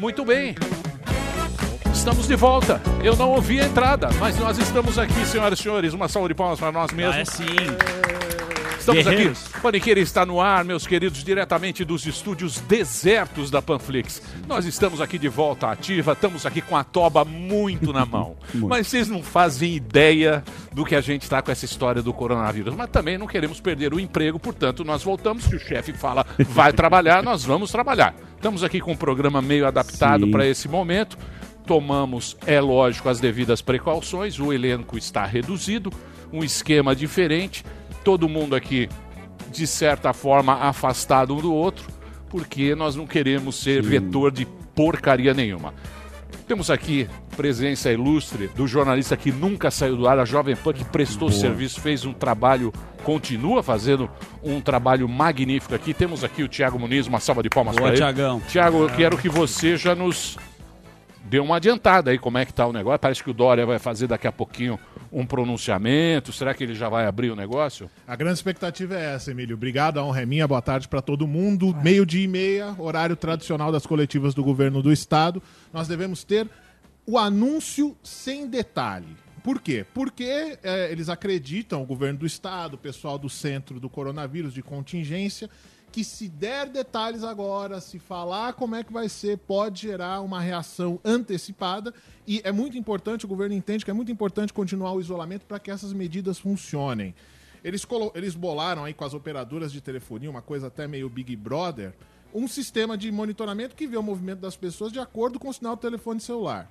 Muito bem. Estamos de volta. Eu não ouvi a entrada, mas nós estamos aqui, senhoras e senhores. Uma salva de palmas para nós mesmos. É sim. Estamos aqui. Paniqueira está no ar, meus queridos, diretamente dos estúdios desertos da Panflix. Nós estamos aqui de volta ativa, estamos aqui com a toba muito na mão. Mas vocês não fazem ideia do que a gente está com essa história do coronavírus. Mas também não queremos perder o emprego, portanto, nós voltamos. Se o chefe fala, vai trabalhar, nós vamos trabalhar. Estamos aqui com um programa meio adaptado para esse momento. Tomamos, é lógico, as devidas precauções. O elenco está reduzido, um esquema diferente. Todo mundo aqui, de certa forma, afastado um do outro, porque nós não queremos ser vetor de porcaria nenhuma. Temos aqui presença ilustre do jornalista que nunca saiu do ar, a Jovem Pan, que prestou serviço, fez um trabalho, continua fazendo um trabalho magnífico aqui. Temos aqui o Thiago Muniz, uma salva de palmas para ele. Thiagão. Thiago, eu quero que você já nos dê uma adiantada aí, como é que está o negócio. Parece que o Dória vai fazer daqui a pouquinho um pronunciamento. Será que ele já vai abrir o negócio? A grande expectativa é essa, Emílio. Obrigado, a honra é minha. Boa tarde para todo mundo. 12:30, horário tradicional das coletivas do governo do estado. Nós devemos ter o anúncio sem detalhe. Por quê? Porque eles acreditam, o governo do estado, o pessoal do centro do coronavírus, de contingência, que se der detalhes agora, se falar como é que vai ser, pode gerar uma reação antecipada. E é muito importante, o governo entende que é muito importante continuar o isolamento para que essas medidas funcionem. Eles bolaram aí com as operadoras de telefonia, uma coisa até meio Big Brother, um sistema de monitoramento que vê o movimento das pessoas de acordo com o sinal do telefone celular.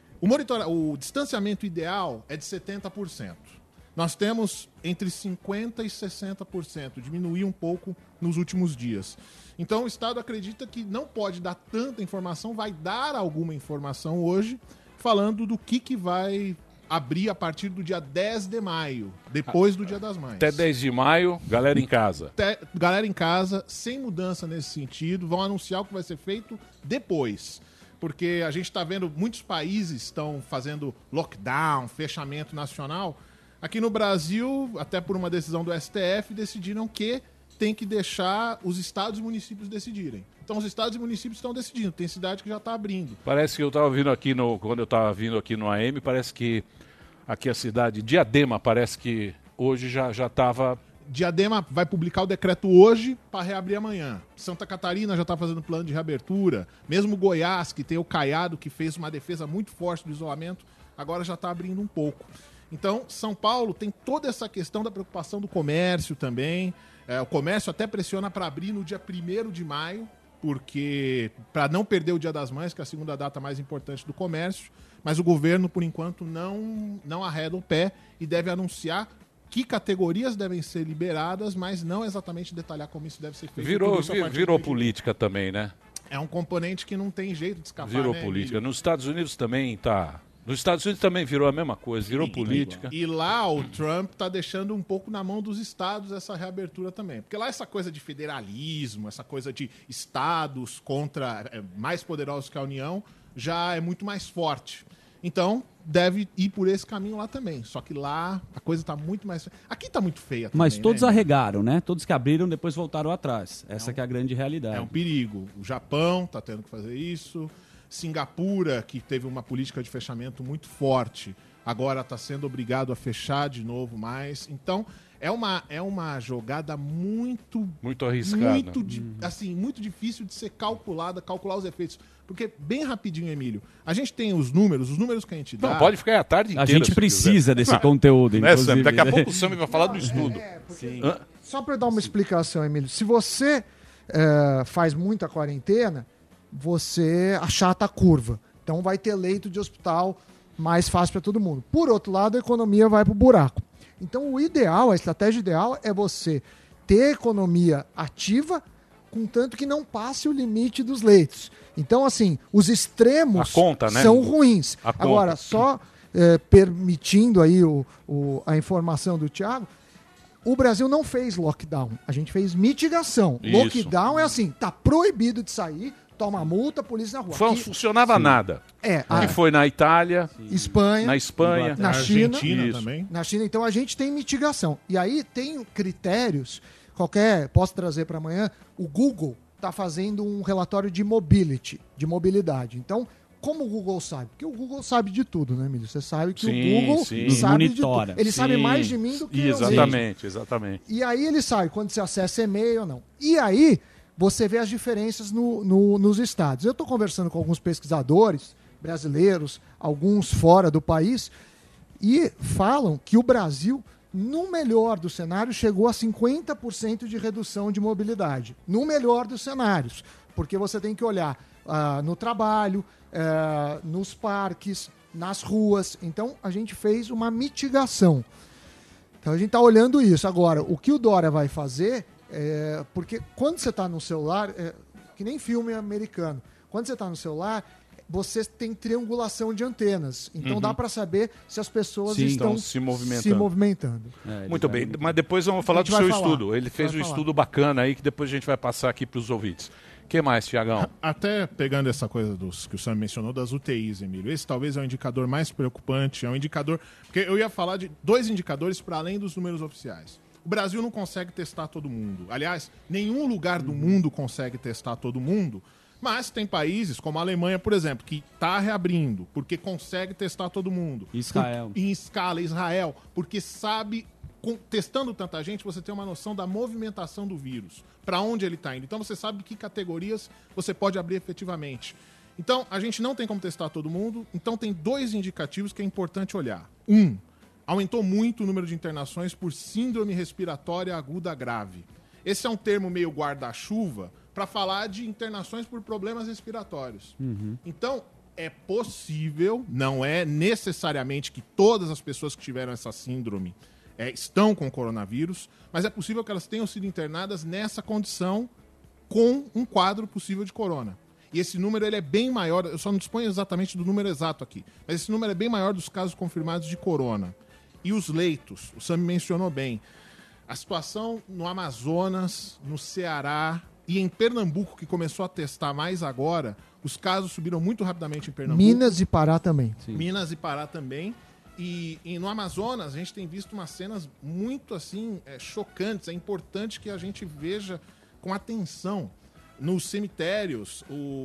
O distanciamento ideal é de 70%. Nós temos entre 50% e 60%, diminuiu um pouco nos últimos dias. Então o Estado acredita que não pode dar tanta informação, vai dar alguma informação hoje, falando do que vai abrir a partir do dia 10 de maio, depois do Dia das Mães. Até 10 de maio, galera em casa. Galera em casa, sem mudança nesse sentido, vão anunciar o que vai ser feito depois. Porque a gente está vendo muitos países estão fazendo lockdown, fechamento nacional. Aqui no Brasil, até por uma decisão do STF, decidiram que tem que deixar os estados e municípios decidirem. Então os estados e municípios estão decidindo. Tem cidade que já está abrindo. Parece que eu estava vindo aqui quando eu estava vindo aqui no AM, parece que aqui a cidade Diadema, parece que hoje já estava... Diadema vai publicar o decreto hoje para reabrir amanhã. Santa Catarina já está fazendo plano de reabertura. Mesmo Goiás, que tem o Caiado, que fez uma defesa muito forte do isolamento, agora já está abrindo um pouco. Então, São Paulo tem toda essa questão da preocupação do comércio também. O comércio até pressiona para abrir no dia 1º de maio, porque para não perder o Dia das Mães, que é a segunda data mais importante do comércio. Mas o governo, por enquanto, não arreda o pé e deve anunciar que categorias devem ser liberadas, mas não exatamente detalhar como isso deve ser feito. Virou política também, né? É um componente que não tem jeito de escapar, Virou política. Emílio? Nos Estados Unidos também tá... Nos Estados Unidos também virou a mesma coisa, virou política. E lá o Trump está deixando um pouco na mão dos estados essa reabertura também. Porque lá essa coisa de federalismo, essa coisa de estados contra mais poderosos que a União, já é muito mais forte. Então, deve ir por esse caminho lá também. Só que lá a coisa está muito mais... Aqui está muito feia também, mas todos né? Arregaram, né? Todos que abriram, depois voltaram atrás. Essa que é a grande realidade. É um perigo. O Japão está tendo que fazer isso. Singapura, que teve uma política de fechamento muito forte, agora está sendo obrigado a fechar de novo mais. Então, é uma jogada muito arriscada. Muito difícil de ser calcular os efeitos. Porque, bem rapidinho, Emílio, a gente tem os números que a gente dá... Não, pode ficar aí a tarde inteira. A gente precisa desse conteúdo, inclusive. Daqui a pouco o Sami vai falar do estudo. Só para dar uma explicação, Emílio, se você faz muita quarentena, você achata a curva. Então vai ter leito de hospital mais fácil para todo mundo. Por outro lado, a economia vai para o buraco. Então o ideal, a estratégia ideal é você ter economia ativa, contanto que não passe o limite dos leitos. Então, assim, os extremos são ruins. Agora, só permitindo aí a informação do Thiago, o Brasil não fez lockdown, a gente fez mitigação. Isso. Lockdown é assim, tá proibido de sair, toma multa, polícia na rua. Não funcionava nada. Que foi na Itália, Espanha, na China, Argentina também. Na China, então a gente tem mitigação. E aí tem critérios, posso trazer para amanhã, o Google está fazendo um relatório de mobilidade. Então, como o Google sabe? Porque o Google sabe de tudo, né, Emílio? Você sabe que o Google sabe de tudo. Ele sabe mais de mim do que eu. Exatamente. E aí ele sabe quando você acessa e-mail ou não. E aí você vê as diferenças nos estados. Eu estou conversando com alguns pesquisadores brasileiros, alguns fora do país, e falam que o Brasil, no melhor dos cenários, chegou a 50% de redução de mobilidade. No melhor dos cenários. Porque você tem que olhar no trabalho, nos parques, nas ruas. Então, a gente fez uma mitigação. Então, a gente está olhando isso. Agora, o que o Dória vai fazer, porque quando você está no celular, que nem filme americano, quando você está no celular, você tem triangulação de antenas. Então dá para saber se as pessoas estão se movimentando. Muito bem, mas depois vamos falar do seu estudo. Ele fez um estudo bacana aí que depois a gente vai passar aqui para os ouvintes. O que mais, Tiagão? Até pegando essa coisa que o Sam mencionou das UTIs, Emílio, esse talvez é o indicador mais preocupante, é um indicador... Porque eu ia falar de 2 indicadores para além dos números oficiais. O Brasil não consegue testar todo mundo. Aliás, nenhum lugar do mundo consegue testar todo mundo. Mas tem países como a Alemanha, por exemplo, que está reabrindo, porque consegue testar todo mundo. Israel. Em escala, Israel, porque sabe, testando tanta gente, você tem uma noção da movimentação do vírus, para onde ele está indo. Então você sabe que categorias você pode abrir efetivamente. Então, a gente não tem como testar todo mundo, então tem 2 indicativos que é importante olhar. Aumentou muito o número de internações por síndrome respiratória aguda grave. Esse é um termo meio guarda-chuva, para falar de internações por problemas respiratórios. Então, é possível, não é necessariamente que todas as pessoas que tiveram essa síndrome estão com coronavírus, mas é possível que elas tenham sido internadas nessa condição com um quadro possível de corona. E esse número ele é bem maior, eu só não disponho exatamente do número exato aqui, mas esse número é bem maior dos casos confirmados de corona. E os leitos, o Sam mencionou bem, a situação no Amazonas, no Ceará... E em Pernambuco, que começou a testar mais agora, os casos subiram muito rapidamente em Pernambuco. Minas e Pará também. Sim. Minas e Pará também. E no Amazonas, a gente tem visto umas cenas muito assim chocantes. É importante que a gente veja com atenção nos cemitérios,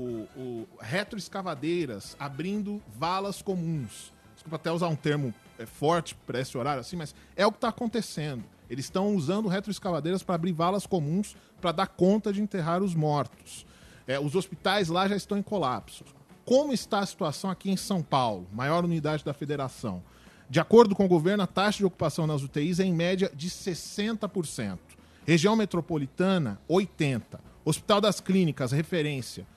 retroescavadeiras abrindo valas comuns. Desculpa até usar um termo forte para esse horário, assim, mas é o que está acontecendo. Eles estão usando retroescavadeiras para abrir valas comuns para dar conta de enterrar os mortos. Os hospitais lá já estão em colapso. Como está a situação aqui em São Paulo, maior unidade da federação? De acordo com o governo, a taxa de ocupação nas UTIs é em média de 60%. Região metropolitana, 80%. Hospital das Clínicas, referência,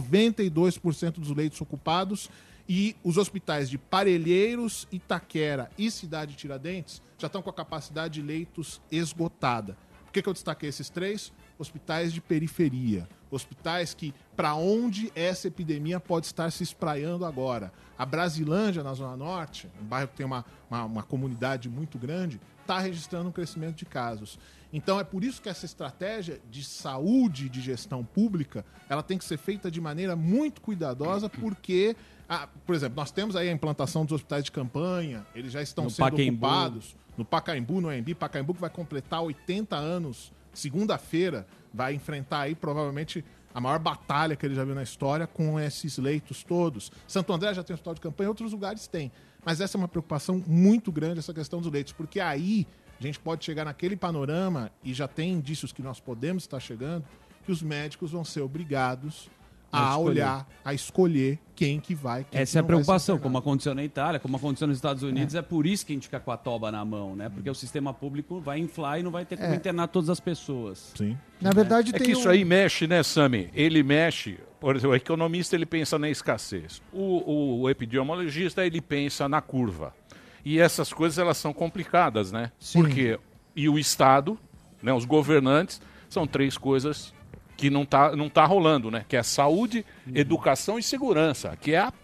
92% dos leitos ocupados. E os hospitais de Parelheiros, Itaquera e Cidade Tiradentes já estão com a capacidade de leitos esgotada. Por que eu destaquei esses 3? Hospitais de periferia. Hospitais que, para onde essa epidemia pode estar se espraiando agora. A Brasilândia, na Zona Norte, um bairro que tem uma comunidade muito grande, está registrando um crescimento de casos. Então é por isso que essa estratégia de saúde e de gestão pública ela tem que ser feita de maneira muito cuidadosa, porque, por exemplo, nós temos aí a implantação dos hospitais de campanha, eles já estão sendo ocupados. No Pacaembu, no AMB, Pacaembu que vai completar 80 anos, segunda-feira, vai enfrentar aí provavelmente a maior batalha que ele já viu na história com esses leitos todos. Santo André já tem hospital de campanha, outros lugares têm. Mas essa é uma preocupação muito grande, essa questão dos leitos, porque aí a gente pode chegar naquele panorama, e já tem indícios que nós podemos estar chegando, que os médicos vão ser obrigados a olhar, a escolher quem que vai, quem Essa que é a não preocupação, vai ser como aconteceu na Itália, como aconteceu nos Estados Unidos, é por isso que a gente fica com a toba na mão, né? Porque o sistema público vai inflar e não vai ter como internar todas as pessoas. Sim. Na verdade, É que isso aí mexe, né, Sami? Ele mexe, por exemplo, o economista ele pensa na escassez. O epidemiologista ele pensa na curva. E essas coisas elas são complicadas, né? Sim. Porque e o Estado, né, os governantes, são 3 coisas que não tá rolando, né? Que é saúde, educação e segurança, que é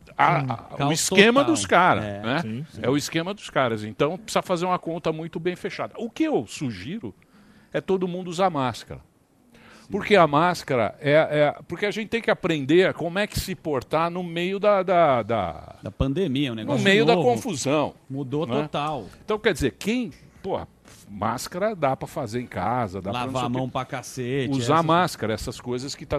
o esquema dos caras, né? Sim. É o esquema dos caras. Então precisa fazer uma conta muito bem fechada. O que eu sugiro é todo mundo usar máscara. Porque a máscara porque a gente tem que aprender como é que se portar no meio da pandemia, um negócio no meio novo. da confusão. Mudou né? total. Então, quer dizer, quem Pô, máscara dá para fazer em casa, dá lavar a mão pra cacete. Usar máscara, essas coisas que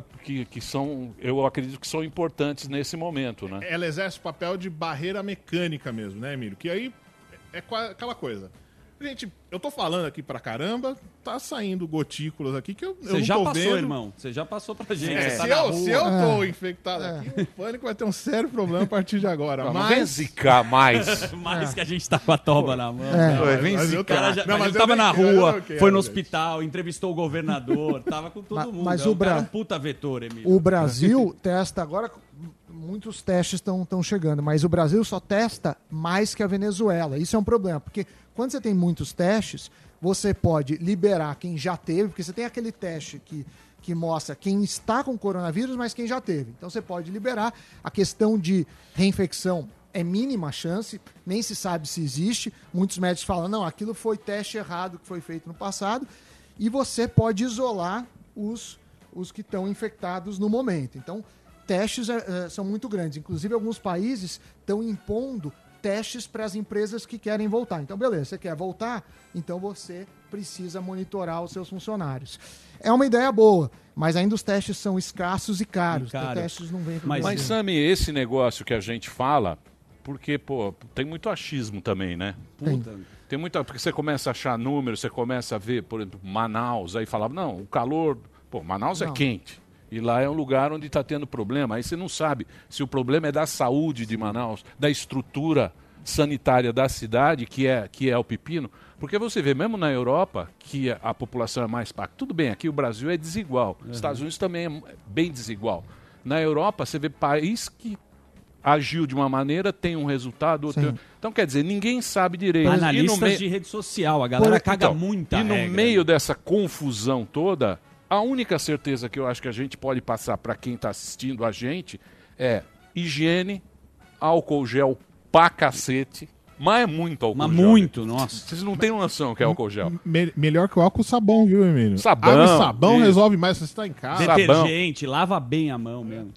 são, eu acredito que são importantes nesse momento, né? Ela exerce o papel de barreira mecânica mesmo, né, Emílio? Que aí é aquela coisa. Gente, eu tô falando aqui pra caramba, tá saindo gotículas aqui que eu não tô vendo. Você já passou, irmão. Você já passou pra gente. Se eu tô infectado aqui, o Pânico vai ter um sério problema a partir de agora. Não vem zicar mais. Mais que a gente tá com a toba na mão. Vem zicar. Mas tava na rua, foi no hospital, entrevistou o governador, tava com todo mundo. Mas o cara é um puta vetor, Emílio. O Brasil testa agora... Muitos testes estão chegando, mas o Brasil só testa mais que a Venezuela. Isso é um problema, porque quando você tem muitos testes, você pode liberar quem já teve, porque você tem aquele teste que mostra quem está com coronavírus, mas quem já teve. Então você pode liberar. A questão de reinfecção é mínima a chance, nem se sabe se existe. Muitos médicos falam, não, aquilo foi teste errado que foi feito no passado, e você pode isolar os que estão infectados no momento. Então, testes são muito grandes. Inclusive, alguns países estão impondo testes para as empresas que querem voltar. Então, beleza, você quer voltar? Então você precisa monitorar os seus funcionários. É uma ideia boa, mas ainda os testes são escassos e caros. Então, testes não vêm. Mas, Sami, esse negócio que a gente fala, porque, pô, tem muito achismo também, né? Tem muita, porque você começa a achar números, você começa a ver, por exemplo, Manaus, aí falava, não, o calor... Pô, Manaus é quente. E lá é um lugar onde está tendo problema. Aí você não sabe se o problema é da saúde de Manaus, da estrutura sanitária da cidade, que é o pepino. Porque você vê, mesmo na Europa, que a população é mais pacta. Tudo bem, aqui o Brasil é desigual. Os Estados Unidos também é bem desigual. Na Europa, você vê país que agiu de uma maneira, tem um resultado, outro. Então, quer dizer, ninguém sabe direito. Analistas de rede social, a galera caga muita regra. E no meio dessa confusão toda... A única certeza que eu acho que a gente pode passar para quem está assistindo a gente é higiene, álcool gel pra cacete, mas é muito álcool gel. Mas muito, nossa. Vocês não têm noção que é álcool gel. Melhor que o álcool sabão, viu, Emílio? Sabão. Sabão resolve mais se você está em casa. Detergente, lava bem a mão mesmo.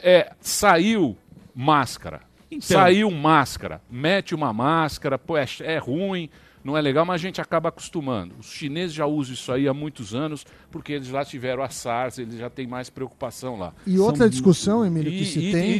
Saiu máscara. Saiu máscara. Mete uma máscara, pô, é ruim. Não é legal, mas a gente acaba acostumando. Os chineses já usam isso aí há muitos anos, porque eles já tiveram a SARS, eles já têm mais preocupação lá. E outra discussão, Emílio, que se tem...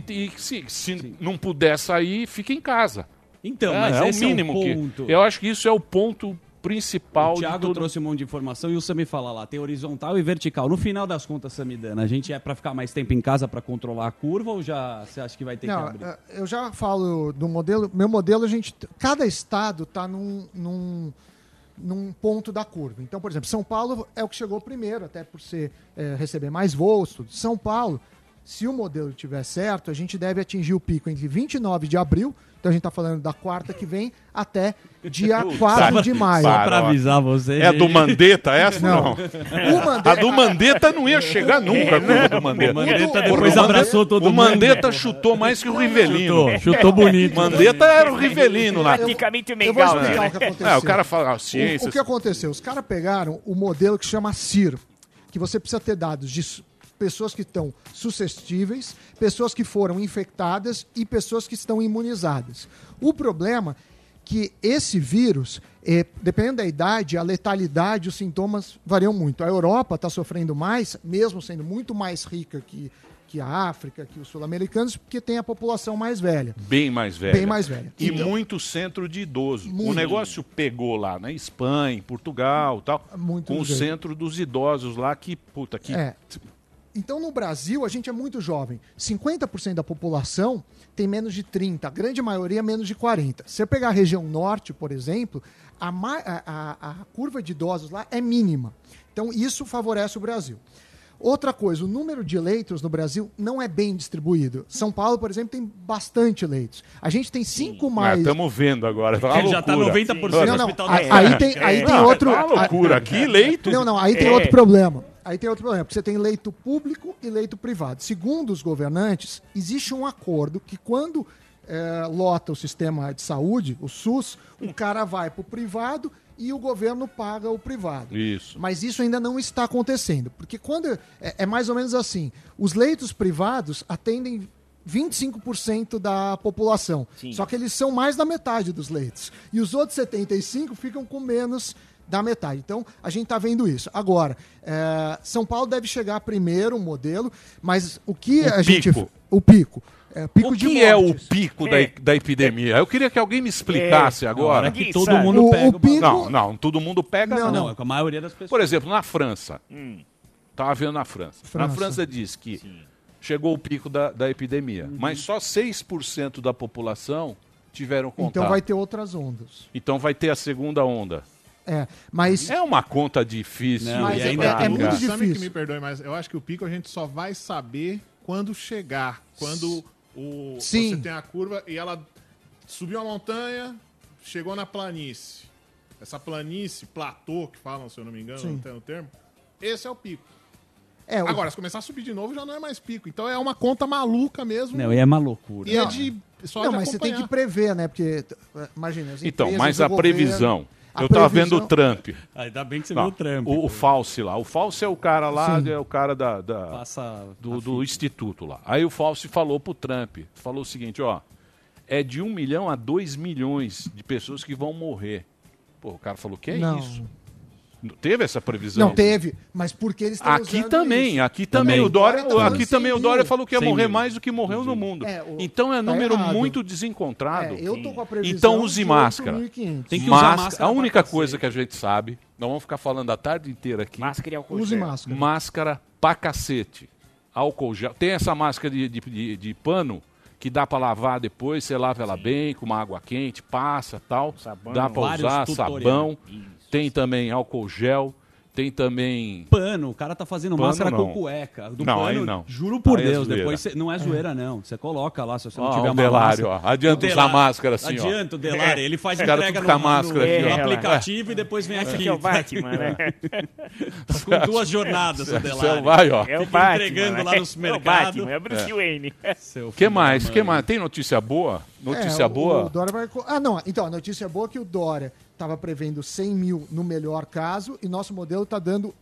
Se não puder sair, fica em casa. Então, mas esse é o mínimo ponto. Eu acho que isso é o ponto principal. O Thiago trouxe um monte de informação e o Sami fala lá, tem horizontal e vertical. No final das contas, Samidana, a gente é para ficar mais tempo em casa para controlar a curva ou já você acha que vai ter que abrir? Eu já falo do modelo. Meu modelo, cada estado está num ponto da curva. Então, por exemplo, São Paulo é o que chegou primeiro, até por receber mais voos. Tudo. São Paulo, se o modelo estiver certo, a gente deve atingir o pico entre 29 de abril, então a gente está falando da quarta que vem, até dia 4 de maio. Só para avisar você. É a do Mandetta essa? Não. A do Mandetta não ia chegar nunca. O Mandetta depois abraçou todo mundo. O Mandetta chutou mais que o Rivelino. Chutou bonito. O Mandetta era o Rivelino lá. Praticamente o Eu vou Mengão. explicar o que aconteceu. O cara fala ciência. O que aconteceu? Os caras pegaram o modelo que chama CIR, que você precisa ter dados de pessoas que estão suscetíveis, pessoas que foram infectadas e pessoas que estão imunizadas. O problema é que esse vírus, dependendo da idade, a letalidade, os sintomas variam muito. A Europa está sofrendo mais, mesmo sendo muito mais rica que a África, que os sul-americanos, porque tem a população mais velha. Bem mais velha. Bem mais velha. E muito centro de idoso. Muito. O negócio pegou lá na Espanha, em Portugal e tal, com o centro dos idosos lá que, Então, no Brasil, a gente é muito jovem. 50% da população tem menos de 30, a grande maioria menos de 40. Se eu pegar a região norte, por exemplo, a curva de idosos lá é mínima. Então, isso favorece o Brasil. Outra coisa, o número de leitos no Brasil não é bem distribuído. São Paulo, por exemplo, tem bastante leitos. A gente tem 5 mais... Estamos vendo agora, tá uma loucura. Já está 90% Não, no hospital aí tem outro... Tá uma loucura. Aqui, leito... Não, aí tem outro problema. Porque você tem leito público e leito privado. Segundo os governantes, existe um acordo que quando lota o sistema de saúde, o SUS, o cara vai para o privado e o governo paga o privado. Isso. Mas isso ainda não está acontecendo. Porque quando é mais ou menos assim, os leitos privados atendem 25% da população. Sim. Só que eles são mais da metade dos leitos. E os outros 75% ficam com menos da metade. Então, a gente está vendo isso. Agora, São Paulo deve chegar primeiro, um modelo, mas o que a gente... O pico. O que é o pico da epidemia? Eu queria que alguém me explicasse agora. Que todo mundo pega. O pico... Não, todo mundo pega, não. É com a maioria das pessoas. Por exemplo, na França. Estava vendo na França. Na França diz que chegou o pico da epidemia, mas só 6% da população tiveram contato. Então vai ter outras ondas. Então vai ter a segunda onda. Mas... É uma conta difícil. Não, mas é muito difícil. Sabe que me perdoe, mas eu acho que o pico a gente só vai saber quando chegar. Quando você tem a curva e ela subiu a montanha, chegou na planície. Essa planície, platô, que falam, se eu não me engano, não tem o termo, esse é o pico. Agora, se começar a subir de novo, já não é mais pico. Então é uma conta maluca mesmo. Não, e é uma loucura. E é de só não, de mas acompanhar. você tem que prever, né? Porque, imagina, então, mas a previsão... Eu tava vendo o Trump. Ainda bem que você viu o Trump. O Fauci lá. O Fauci é o cara lá, é o cara do instituto lá. Aí o Fauci falou pro Trump, falou o seguinte, é de 1 milhão a 2 milhões de pessoas que vão morrer. Pô, o cara falou, que é isso? Teve essa previsão? Não teve, mas porque eles estão aqui também, aqui também o Dória falou que ia morrer mais do que morreu no mundo. Então é número muito desencontrado. Eu tô com a previsão. Então use máscara. Tem que usar máscara. A única coisa que a gente sabe, nós vamos ficar falando a tarde inteira aqui. Máscara e álcool Use gel. máscara. Máscara pra cacete. Álcool gel. Tem essa máscara de pano que dá pra lavar depois, você lava ela bem, com uma água quente, passa tal. Sabão. Dá pra usar sabão. Tem também álcool gel, tem também... Pano, o cara tá fazendo máscara com cueca. Do não, pano, aí não. Juro por aí Deus, depois não é zoeira não. Você coloca lá, se você não tiver o uma Delário, máscara. Adianta usar máscara assim, Adianta o Delário, ele faz cara entrega no máscara aqui, no aplicativo e depois vem aqui. Que é o Batman, né? Tá com 2 jornadas o Delário. Você vai, É o Fica Batman, entregando lá no supermercado. É o Batman, é Bruce Wayne. O que mais? Tem notícia boa? Notícia boa? O Dória vai... não, então, a notícia boa é que o Dória estava prevendo 100 mil no melhor caso e nosso modelo está dando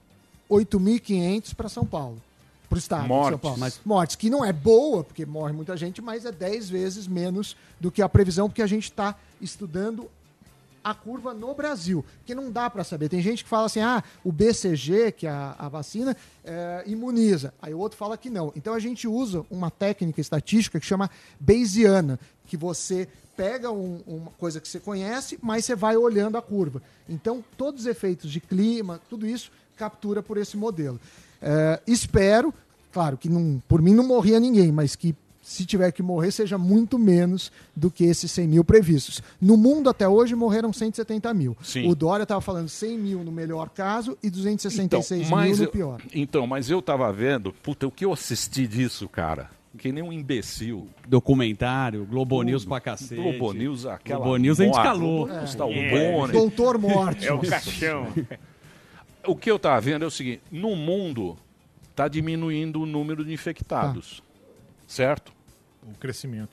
8.500 para São Paulo. Para o estado de São Paulo. Mas mortes, que não é boa, porque morre muita gente, mas é 10 vezes menos do que a previsão, porque a gente está estudando a curva no Brasil, que não dá para saber. Tem gente que fala assim, o BCG, que é a vacina, imuniza. Aí o outro fala que não. Então a gente usa uma técnica estatística que chama Bayesiana, que você pega uma coisa que você conhece, mas você vai olhando a curva. Então todos os efeitos de clima, tudo isso captura por esse modelo. Espero, claro, que por mim não morria ninguém, mas que se tiver que morrer, seja muito menos do que esses 100 mil previstos. No mundo, até hoje, morreram 170 mil. Sim. O Dória estava falando 100 mil no melhor caso e 266 mil no pior. Então, mas eu estava vendo... o que eu assisti disso, cara? Que nem um imbecil. Documentário, Globo News pra cacete. Globo News, aquela... Globo News a gente calou. Doutor Morte. É o caixão. O que eu estava vendo é o seguinte, no mundo está diminuindo o número de infectados. Certo? O crescimento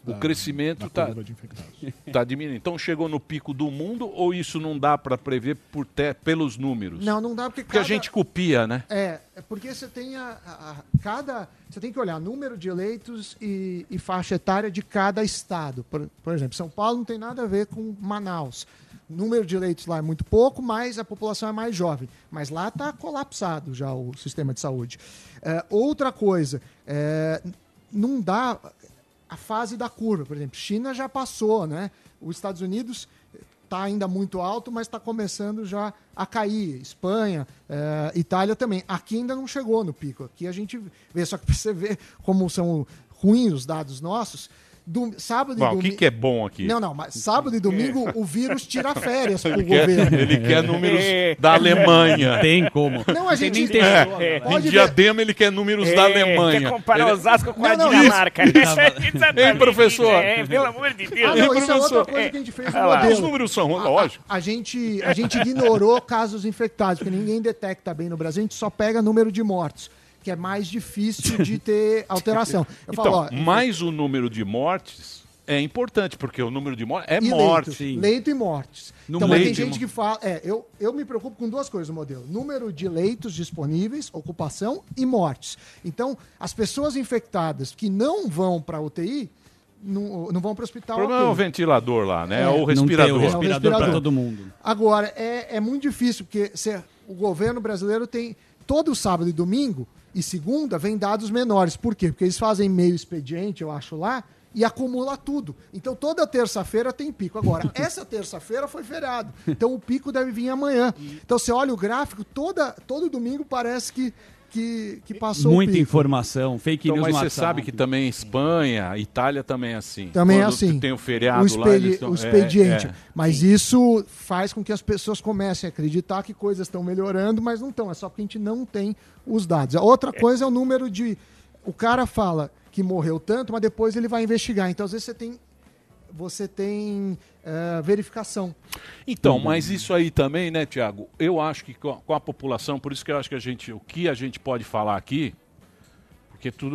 está diminuindo. Então chegou no pico do mundo ou isso não dá para prever pelos números? Não dá porque a gente copia, né? É porque você tem você tem que olhar número de eleitos e faixa etária de cada estado. Por exemplo, São Paulo não tem nada a ver com Manaus. O número de eleitos lá é muito pouco, mas a população é mais jovem. Mas lá está colapsado já o sistema de saúde. Outra coisa, não dá a fase da curva. Por exemplo, China já passou, né? Os Estados Unidos está ainda muito alto, mas está começando já a cair. Espanha, Itália também. Aqui ainda não chegou no pico. Aqui a gente vê, só que para você ver como são ruins os dados nossos. Sábado e domingo... O que é bom aqui? Não, mas sábado e domingo o vírus tira férias pro governo. Ele quer números da Alemanha. Tem como. Não, a gente tem em Diadema ele quer números da Alemanha. Quer comparar Osasco com a Dinamarca. Hein, professor? Pelo amor de Deus. Isso é outra coisa que a gente fez no modelo. Os números são, lógico. A gente ignorou casos infectados, porque ninguém detecta bem no Brasil, a gente só pega número de mortos, que é mais difícil de ter alteração. Mas o número de mortes é importante, porque o número de mortes é morte. Leito e mortes. Então, mas tem gente que fala... eu me preocupo com duas coisas no modelo. Número de leitos disponíveis, ocupação e mortes. Então, as pessoas infectadas que não vão para a UTI não vão para o hospital. O problema é o ventilador lá, né? Ou o respirador. Não tem o respirador para todo mundo. Agora, é muito difícil, porque o governo brasileiro tem todo sábado e domingo e segunda vem dados menores. Por quê? Porque eles fazem meio expediente, eu acho, lá, e acumula tudo. Então, toda terça-feira tem pico. Agora, essa terça-feira foi feriado. Então, o pico deve vir amanhã. Então, você olha o gráfico, todo domingo parece que passou muita o pico. Informação, fake Então, news mas no você WhatsApp. sabe que também Itália, Itália também é assim. Também Quando é assim. tem o feriado O expediente. lá. Mas isso faz com que as pessoas comecem a acreditar que coisas estão melhorando, mas não estão. É só porque a gente não tem os dados. A outra coisa é o número de... O cara fala que morreu tanto, mas depois ele vai investigar. Então, às vezes, você tem verificação. Então, mas isso aí também, né, Tiago? Eu acho que com a população, por isso que eu acho que o que a gente pode falar aqui, porque tudo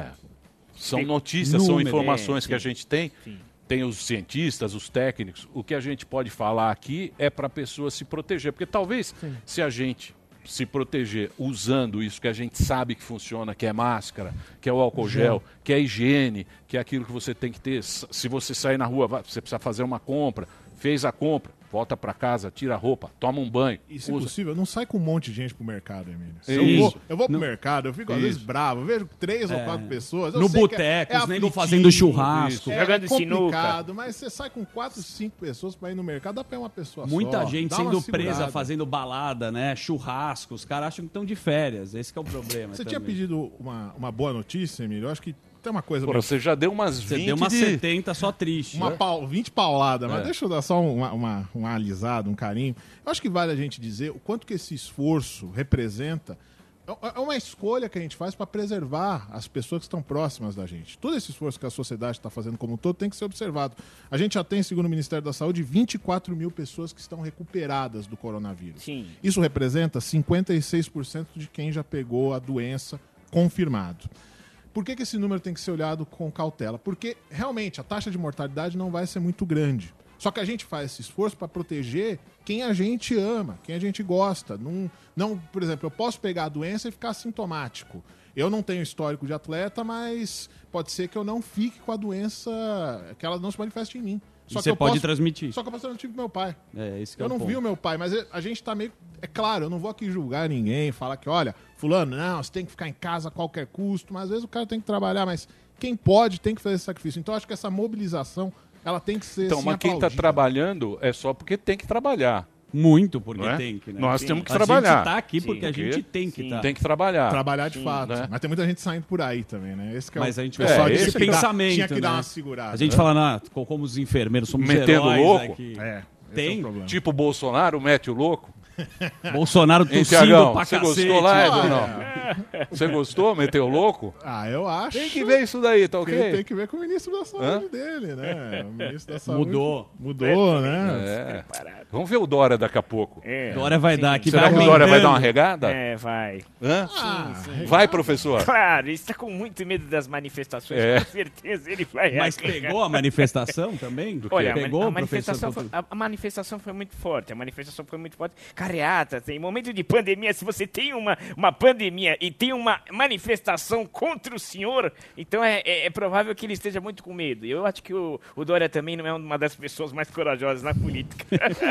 são notícias, são informações que a gente tem. Sim. Tem os cientistas, os técnicos. O que a gente pode falar aqui é para a pessoa se proteger. Porque talvez, se a gente se proteger usando isso que a gente sabe que funciona, que é máscara, que é o álcool gel, que é a higiene, que é aquilo que você tem que ter. Se você sair na rua, você precisa fazer uma compra, fez a compra, volta para casa, tira a roupa, toma um banho. E se possível, não sai com um monte de gente pro mercado, Emílio. Eu vou pro mercado, eu fico às vezes bravo, eu vejo 3 ou 4 pessoas. No boteco, os nego fazendo churrasco. Jogando complicado, mas você sai com 4, 5 pessoas pra ir no mercado, dá pra ir uma pessoa Muita só. gente sendo presa, fazendo balada, né? Churrasco, os caras acham que estão de férias. Esse que é o problema. Você tinha pedido uma boa notícia, Emílio? Eu acho que tem uma coisa... Você já deu umas 20 Você deu umas 70 só triste. 20 pauladas, mas deixa eu dar só um alisado, um carinho. Eu acho que vale a gente dizer o quanto que esse esforço representa. É uma escolha que a gente faz para preservar as pessoas que estão próximas da gente. Todo esse esforço que a sociedade está fazendo como um todo tem que ser observado. A gente já tem, segundo o Ministério da Saúde, 24 mil pessoas que estão recuperadas do coronavírus. Sim. Isso representa 56% de quem já pegou a doença confirmado. Por que esse número tem que ser olhado com cautela? Porque, realmente, a taxa de mortalidade não vai ser muito grande. Só que a gente faz esse esforço para proteger quem a gente ama, quem a gente gosta. Não, por exemplo, eu posso pegar a doença e ficar assintomático. Eu não tenho histórico de atleta, mas pode ser que eu não fique com a doença, que ela não se manifeste em mim. Só que você pode transmitir. Só que eu posso transmitir pro meu pai. Esse que eu não vi o meu pai, mas a gente tá meio... É claro, eu não vou aqui julgar ninguém, falar que, olha, fulano, não, você tem que ficar em casa a qualquer custo, mas às vezes o cara tem que trabalhar, mas quem pode tem que fazer esse sacrifício. Então, eu acho que essa mobilização, ela tem que ser... Então, mas quem está trabalhando é só porque tem que trabalhar. Muito, porque tem que, né? Nós temos que trabalhar. A gente tá aqui porque a gente tem que estar. Tem que trabalhar. Trabalhar de fato. Né? Mas tem muita gente saindo por aí também, né? Esse que mas a gente esse pensamento, tinha que dar né? uma segurada. A gente fala, como os enfermeiros somos metendo heróis louco. Aqui. Tem. Tipo o Bolsonaro mete o louco. Bolsonaro tossindo pra você cacete. Gostou lá, não? Você gostou? Meteu louco? Eu acho. Tem que ver isso daí, tá ok? Tem que ver com o ministro da Saúde dele, né? O ministro da Saúde mudou, né? Vamos ver o Dória daqui a pouco. Dória vai dar aqui. Será que o Dória vai dar uma regada? Vai. Sim. Vai, professor? Claro, ele está com muito medo das manifestações, com certeza ele vai. Mas pegou a manifestação também? Olha, pegou a manifestação foi muito forte. Carreata, em momento de pandemia, se você tem uma pandemia e tem uma manifestação contra o senhor, então é provável que ele esteja muito com medo. E eu acho que o Dória também não é uma das pessoas mais corajosas na política.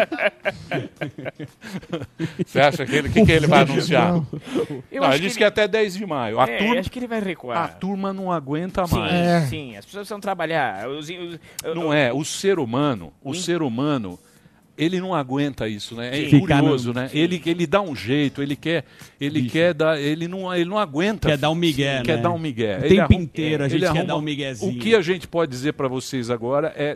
Você acha que ele vai anunciar? Ele disse que é até 10 de maio. Acho que ele vai recuar. A turma não aguenta mais. Sim, as pessoas precisam trabalhar. O ser humano, ele não aguenta isso, né? É curioso, né? Ele dá um jeito, ele quer dar, ele não aguenta. Quer dar um migué, né? Quer dar um migué. O tempo inteiro a gente quer dar um miguezinho. O que a gente pode dizer para vocês agora é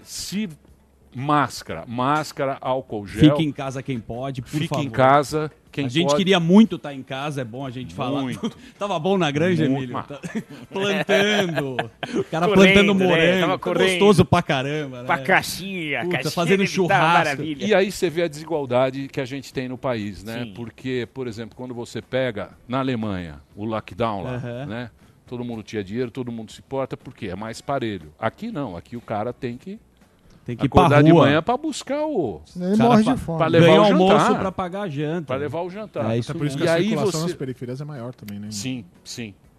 máscara, álcool gel. Fique em casa quem pode, por favor. Fique em casa quem pode. A gente queria muito estar em casa, é bom a gente falar. Muito. Tava bom na granja, Emílio? Plantando. O cara correndo, plantando morango. Tava gostoso pra caramba, né? Pra caixinha, fazendo churrasco. E aí você vê a desigualdade que a gente tem no país, né? Sim. Porque, por exemplo, quando você pega na Alemanha o lockdown lá, né? Todo mundo tinha dinheiro, todo mundo se importa, porque é mais parelho. Aqui não, aqui o cara tem que acordar de manhã para buscar ele morre de fome. Para levar o almoço para pagar a janta. Para levar o jantar. Por isso que a circulação nas periferias é maior também, né? Sim.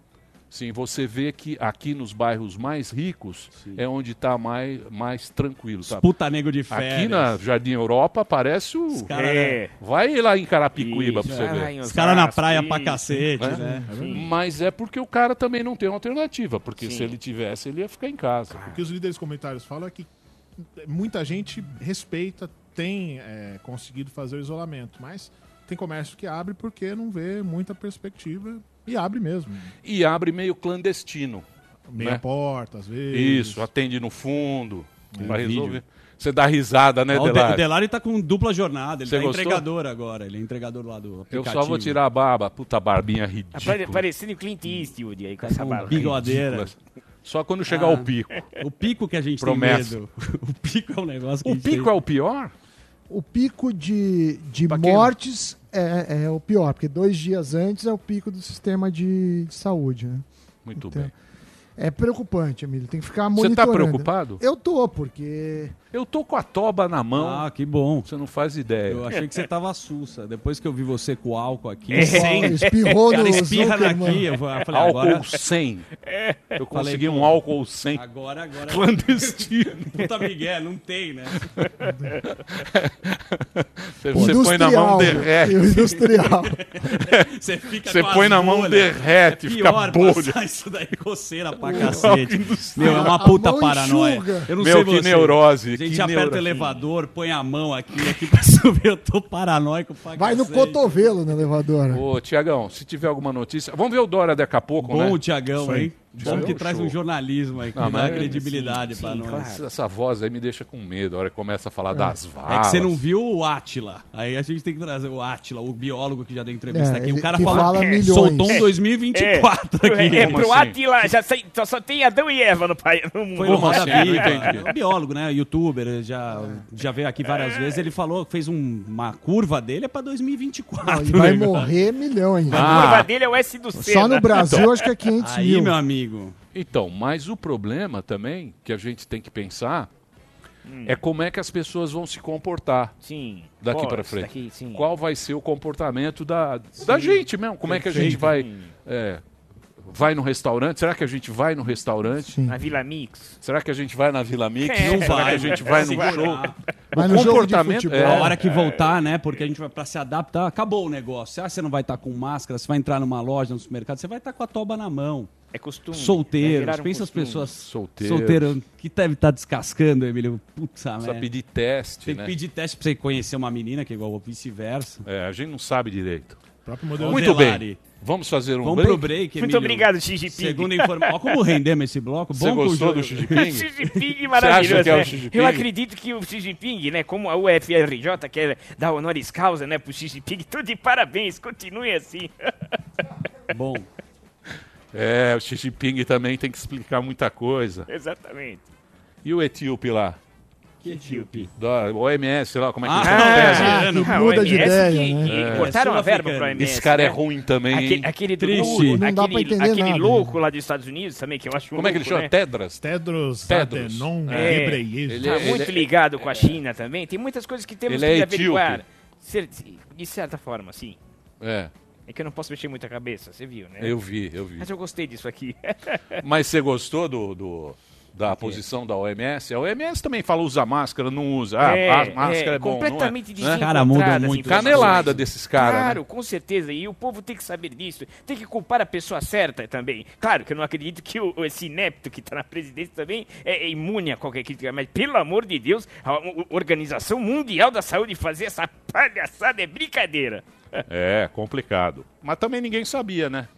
Sim, você vê que aqui nos bairros mais ricos é onde está mais tranquilo. Tá? Puta nego de férias. Aqui na Jardim Europa parece o... Vai lá em Carapicuíba pra você ver. Os caras na praia pra cacete, né? Mas é porque o cara também não tem uma alternativa, porque se ele tivesse, ele ia ficar em casa. O que os líderes comentários falam é que muita gente respeita, tem conseguido fazer o isolamento, mas tem comércio que abre porque não vê muita perspectiva e abre mesmo. E abre meio clandestino. Meia porta, às vezes. Isso, atende no fundo, vai resolver. Você dá risada, né, Delari? O Delari tá com dupla jornada, ele Você tá gostou? entregador agora, ele é entregador lá do aplicativo. Eu só vou tirar a barba, puta barbinha ridícula. Parecendo Clint Eastwood aí com essa barba. Bigodeira. Só quando chegar o pico. O pico que a gente Promessa. tem medo. O pico é um negócio que O pico é o pior? O pico de mortes é o pior, porque 2 dias antes é o pico do sistema de saúde, né? Muito Então, bem. É preocupante, Emílio. Tem que ficar Você monitorando. tá preocupado? Eu tô, porque... Eu tô com a toba na mão. Ah, que bom. Você não faz ideia. Eu achei que você tava sussa. Depois que eu vi você com álcool aqui, espirrou no espirra Zuckerman. daqui. Eu falei, Álcool agora... 100. Eu consegui Falei, um álcool 100 Agora... clandestino. Puta Miguel, não tem, né? Você põe na mão, derrete. Industrial. Você fica Você com põe as na mão, bolhas. derrete, É fica pior bolha. passar isso daí, coceira pra cacete. Meu, é uma puta mão paranoia. enxuga. Eu não Meu, sei que você. neurose. A gente que aperta o neurose. elevador, põe a mão aqui pra subir, eu tô paranoico pra Vai no cacete. cotovelo no elevador. Ô, Tiagão, se tiver alguma notícia... Vamos ver o Dória daqui a pouco, Bom né? o Tiagão, hein? Bom Show, que traz show. um jornalismo aí, que Não, dá mas- credibilidade pra nós. claro. Essa voz aí me deixa com medo. A hora que começa a falar das valas. É que você não viu o Átila. Aí a gente tem que trazer o Átila, o biólogo que já deu entrevista aqui. O cara que falou, fala milhões. soltou um 2024 aqui. Como Pro assim? Atila, só tem Adão e Eva no mundo. Foi no Como Roda assim? Não Viva. entendi. É um biólogo, né? Youtuber, já veio aqui várias vezes. Ele falou, fez uma curva dele é pra 2024. Ele vai né? morrer milhões. A curva dele é o S do C. Só no Brasil, acho que é 500 Aí, mil. meu amigo. Então, mas o problema também que a gente tem que pensar é como é que as pessoas vão se comportar Sim. daqui Pô, para isso frente. daqui, sim. Qual vai ser o comportamento da gente mesmo? Como é que a gente vai... vai no restaurante? Será que a gente vai no restaurante? Sim. Na Vila Mix. Será que a gente vai na Vila Mix? É, Não Será vai. que a gente vai no Segurar. show? Vai O no jogo de comportamento futebol. A hora que voltar, né? Porque a gente vai pra se adaptar, acabou o negócio. Você não vai estar com máscara, você vai entrar numa loja, no supermercado, você vai estar com a toba na mão. É costume. Vai Solteiros, virar um pensa as costume. pessoas Solteiros. solteiras que deve estar descascando, Emílio. Puta Precisa merda. pedir teste, Tem que né? pedir teste pra você conhecer uma menina, que é igual ou vice-versa. A gente não sabe direito. O próprio modelo Muito Delari. bem. Vamos fazer um Vamos break? pro break, Muito Emílio. obrigado, Xi Jinping. Segundo informação. Olha como rendemos esse bloco. Você Bom que o gostou jogo- do Xi Jinping? Xi Jinping Você maravilhoso, acha que é o né? Xi Jinping? Eu acredito que o Xi Jinping, né, como a UFRJ quer dar honoris causa, né, pro Xi Jinping, tudo de parabéns, continue assim. Bom. O Xi Jinping também tem que explicar muita coisa. Exatamente. E o etíope lá? Que etíope. Da OMS, sei lá, como é que Ah, ele que Ah, muda o de OMS ideia, que né? cortaram a verba pro sul-africano. OMS. Esse cara é né? ruim também, hein? Aquele do Triste. Não dá pra entender aquele nada, louco lá dos Estados Unidos também, que eu acho Como é que ele louco, chama? né? Tedros? Tedros Tedros. Adhanom É. Ghebreyesus. Ele Tá é- muito ligado com a China também. Tem muitas coisas que temos Ele que é averiguar. De certa forma, sim. É, É que eu não posso mexer muito a cabeça, você viu, né? eu vi. Mas eu gostei disso aqui. Mas você gostou da posição da OMS? A OMS também fala usa máscara, não usa. A máscara é bom, completamente não é? desencontrada. Cara, muda as muito. informações. Canelada desses caras, Claro, né? com certeza. E o povo tem que saber disso. Tem que culpar a pessoa certa também. Claro que eu não acredito que esse inepto que está na presidência também é imune a qualquer crítica. Mas, pelo amor de Deus, a Organização Mundial da Saúde fazer essa palhaçada é brincadeira. É, complicado. Mas também ninguém sabia, né?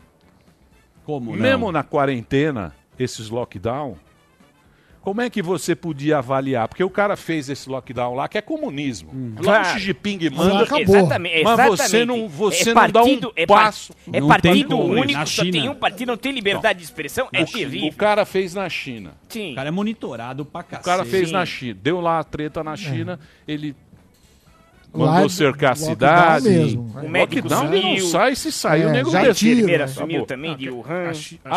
Como não? Mesmo na quarentena, esses lockdown, como é que você podia avaliar? Porque o cara fez esse lockdown lá, que é comunismo. Lá Claro. o Xi Jinping Mas manda... acabou. Exatamente. Mas você não dá um passo. É Não partido tem como. único, Na só tem China. um partido, não tem liberdade de expressão, é O terrível. cara fez na China. Sim. O cara é monitorado pra cacete. O cara fez Sim. na China. Deu lá a treta na China, ele Lá mandou é cercar a lockdown cidade. mesmo. O médico Lockdown ele não sumiu. sai, se saiu, É, o nego já desceu. tira. Primeiro Acabou. assumiu também de Wuhan.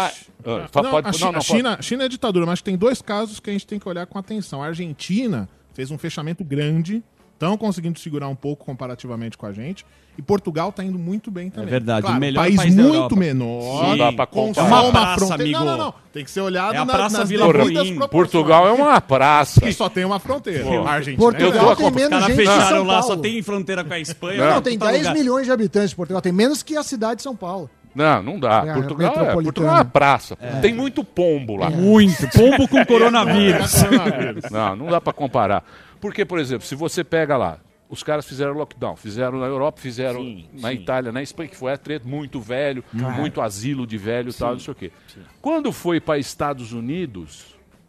A China é ditadura, mas tem dois casos que a gente tem que olhar com atenção. A Argentina fez um fechamento grande estão conseguindo segurar um pouco comparativamente com a gente. E Portugal está indo muito bem também. É verdade, claro, o melhor país país da muito Europa. menor. Sim, dá pra com comparar. só É uma praça, fronteira. amigo. Não. Tem que ser olhado É a Praça nas Vila devidas Boim. proporções. Portugal é uma praça. E só tem uma fronteira. Pô. A Argentina. Portugal Eu tô tem a- Os menos caras gente que fecharam São lá, Paulo. só tem fronteira com a Espanha. Não, Não, tem Puta 10 lugar. milhões de habitantes de Portugal, tem menos que a cidade de São Paulo. Não dá. É, Portugal metropolitana. é uma praça. Tem muito pombo lá. Muito. Pombo com coronavírus. Não dá pra comparar. Porque, por exemplo, se você pega lá, os caras fizeram lockdown, fizeram na Europa, fizeram na Itália, na Espanha, que foi a treta, muito velho, muito asilo de velho e tal, não sei o quê. Quando foi para Estados Unidos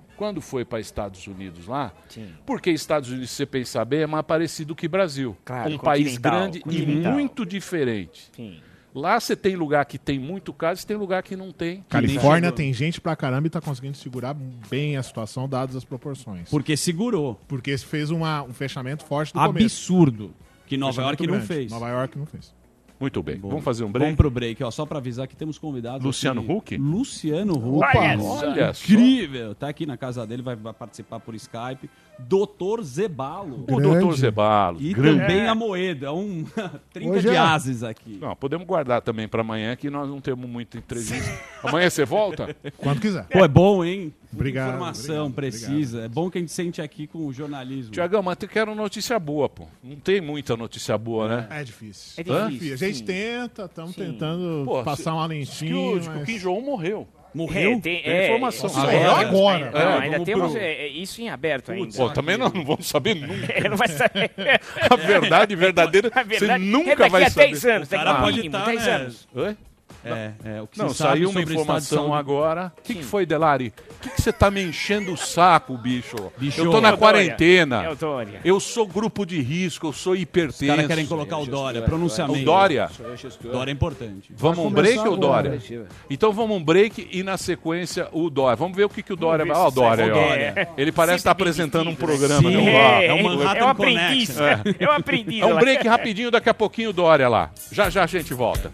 lá, porque Estados Unidos, se você pensar bem, é mais parecido que Brasil. Claro, Um país continental, grande e continental. muito diferente. Sim. Lá você tem lugar que tem muito caso e tem lugar que não tem. Califórnia tem gente pra caramba e tá conseguindo segurar bem a situação, dadas as proporções. Porque segurou. Porque fez um fechamento forte do começo. Absurdo. Que Nova Fechamento York não grande. fez. Nova York não fez. Muito bem. Bom, Vamos fazer um break? Vamos pro break, ó. Só pra avisar que temos convidados. Luciano aqui. Huck? Luciano Huck. Olha só. Incrível. Tá aqui na casa dele, vai participar por Skype. Doutor Zebalo. O Grande. doutor Zebalo. E grande. também a Moeda. 30 Hoje de é. ases aqui. Não, podemos guardar também para amanhã, que nós não temos muita entrevista. Amanhã você volta? Quando quiser. Pô, é bom, hein? Muita Obrigado, informação obrigado, precisa. É bom que a gente sente aqui com o jornalismo. Tiagão, mas eu quero notícia boa, pô. Não tem muita notícia boa, né? É difícil. É difícil. A gente sim. tenta, estamos tentando Pô, passar uma Diz que lentinha. o Kim Jong-un morreu. Morreu? Tem informação. Morreu agora. Não, ainda vamos temos pro- isso em aberto ainda. Pô, também não vamos saber nunca. Não vai saber. A verdade verdadeira, A verdade você nunca é daqui vai a saber. 10 anos. Daqui cara a pode mínimo, tá, 10 né? anos. Oi? O que Não, se sabe saiu uma sobre o estado de informação saúde. agora. O que foi, Delari? O que você tá me enchendo o saco, bicho? Bicho. Eu tô na É o Dória. quarentena. É o Dória. Eu sou grupo de risco, eu sou hipertenso. Os caras querem colocar o Dória, pronunciamento. O Dória? Dória é importante. Vamos um Vai break começar ou Dória? agora. Então vamos um break e na sequência o Dória. Vamos ver o que o Dória vai. Ó, o Dória aí, ó. Dória. Ele parece estar apresentando um programa. Sim. né? É o Manhattan É um aprendiz. Connection. É um aprendiz. É um lá. break rapidinho, daqui a pouquinho o Dória lá. Já a gente volta.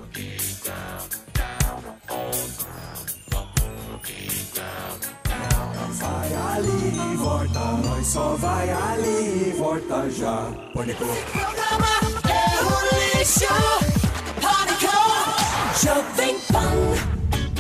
Vai ali e volta, nós só vai ali e volta já. Pânico. Programa é o lixo. Pânico. Jovem Pan.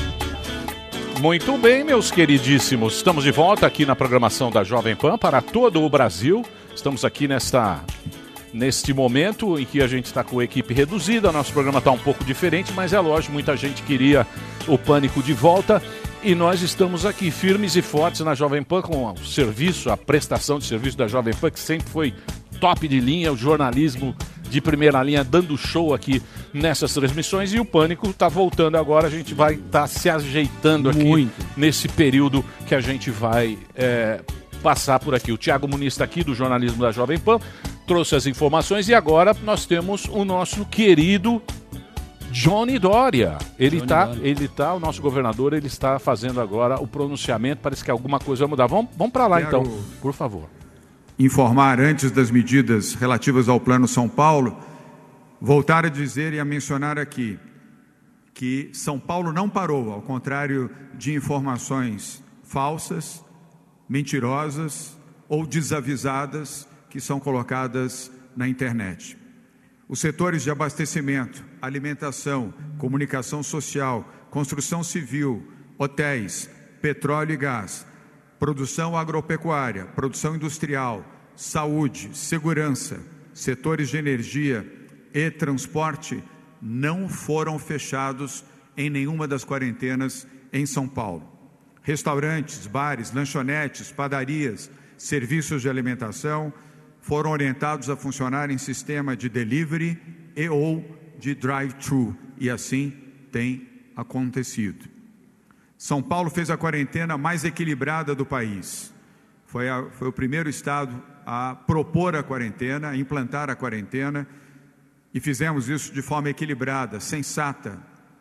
Muito bem, meus queridíssimos. Estamos de volta aqui na programação da Jovem Pan para todo o Brasil. Estamos aqui neste momento em que a gente está com a equipe reduzida. Nosso programa está um pouco diferente, mas é lógico, muita gente queria o Pânico de volta. E nós estamos aqui firmes e fortes na Jovem Pan com o serviço, a prestação de serviço da Jovem Pan, que sempre foi top de linha, o jornalismo de primeira linha dando show aqui nessas transmissões. E o Pânico está voltando agora, a gente vai estar se ajeitando aqui Muito. nesse período que a gente vai passar por aqui. O Thiago Muniz está aqui do jornalismo da Jovem Pan, trouxe as informações e agora nós temos o nosso querido Johnny Dória. Ele tá, o nosso governador, ele está fazendo agora o pronunciamento, parece que alguma coisa vai mudar. Vamos para lá então, por favor. Informar antes das medidas relativas ao Plano São Paulo, voltar a dizer e a mencionar aqui que São Paulo não parou, ao contrário de informações falsas, mentirosas ou desavisadas que são colocadas na internet. Os setores de abastecimento, alimentação, comunicação social, construção civil, hotéis, petróleo e gás, produção agropecuária, produção industrial, saúde, segurança, setores de energia e transporte não foram fechados em nenhuma das quarentenas em São Paulo. Restaurantes, bares, lanchonetes, padarias, serviços de alimentação foram orientados a funcionar em sistema de delivery e ou de drive-thru, e assim tem acontecido. São Paulo fez a quarentena mais equilibrada do país. Foi o primeiro estado a propor a quarentena, a implantar a quarentena, e fizemos isso de forma equilibrada, sensata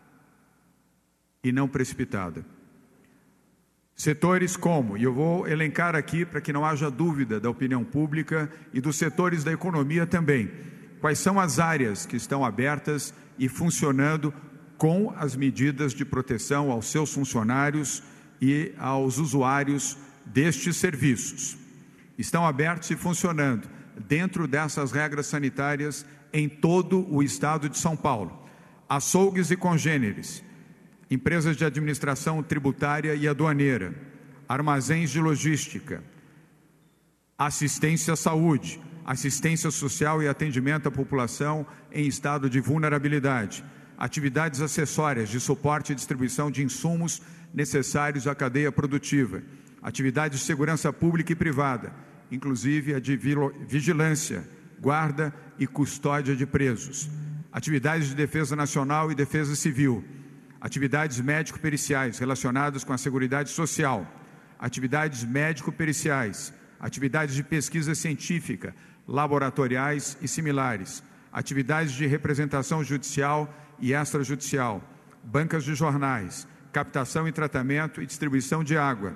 e não precipitada. Setores como, e eu vou elencar aqui para que não haja dúvida da opinião pública e dos setores da economia também, quais são as áreas que estão abertas e funcionando com as medidas de proteção aos seus funcionários e aos usuários destes serviços. Estão abertos e funcionando dentro dessas regras sanitárias em todo o estado de São Paulo. Açougues e congêneres, empresas de administração tributária e aduaneira, armazéns de logística, assistência à saúde, assistência social e atendimento à população em estado de vulnerabilidade, atividades acessórias de suporte e distribuição de insumos necessários à cadeia produtiva, atividades de segurança pública e privada, inclusive a de vigilância, guarda e custódia de presos, atividades de defesa nacional e defesa civil, atividades médico-periciais relacionadas com a seguridade social, atividades médico-periciais, atividades de pesquisa científica, laboratoriais e similares, atividades de representação judicial e extrajudicial, bancas de jornais, captação e tratamento e distribuição de água,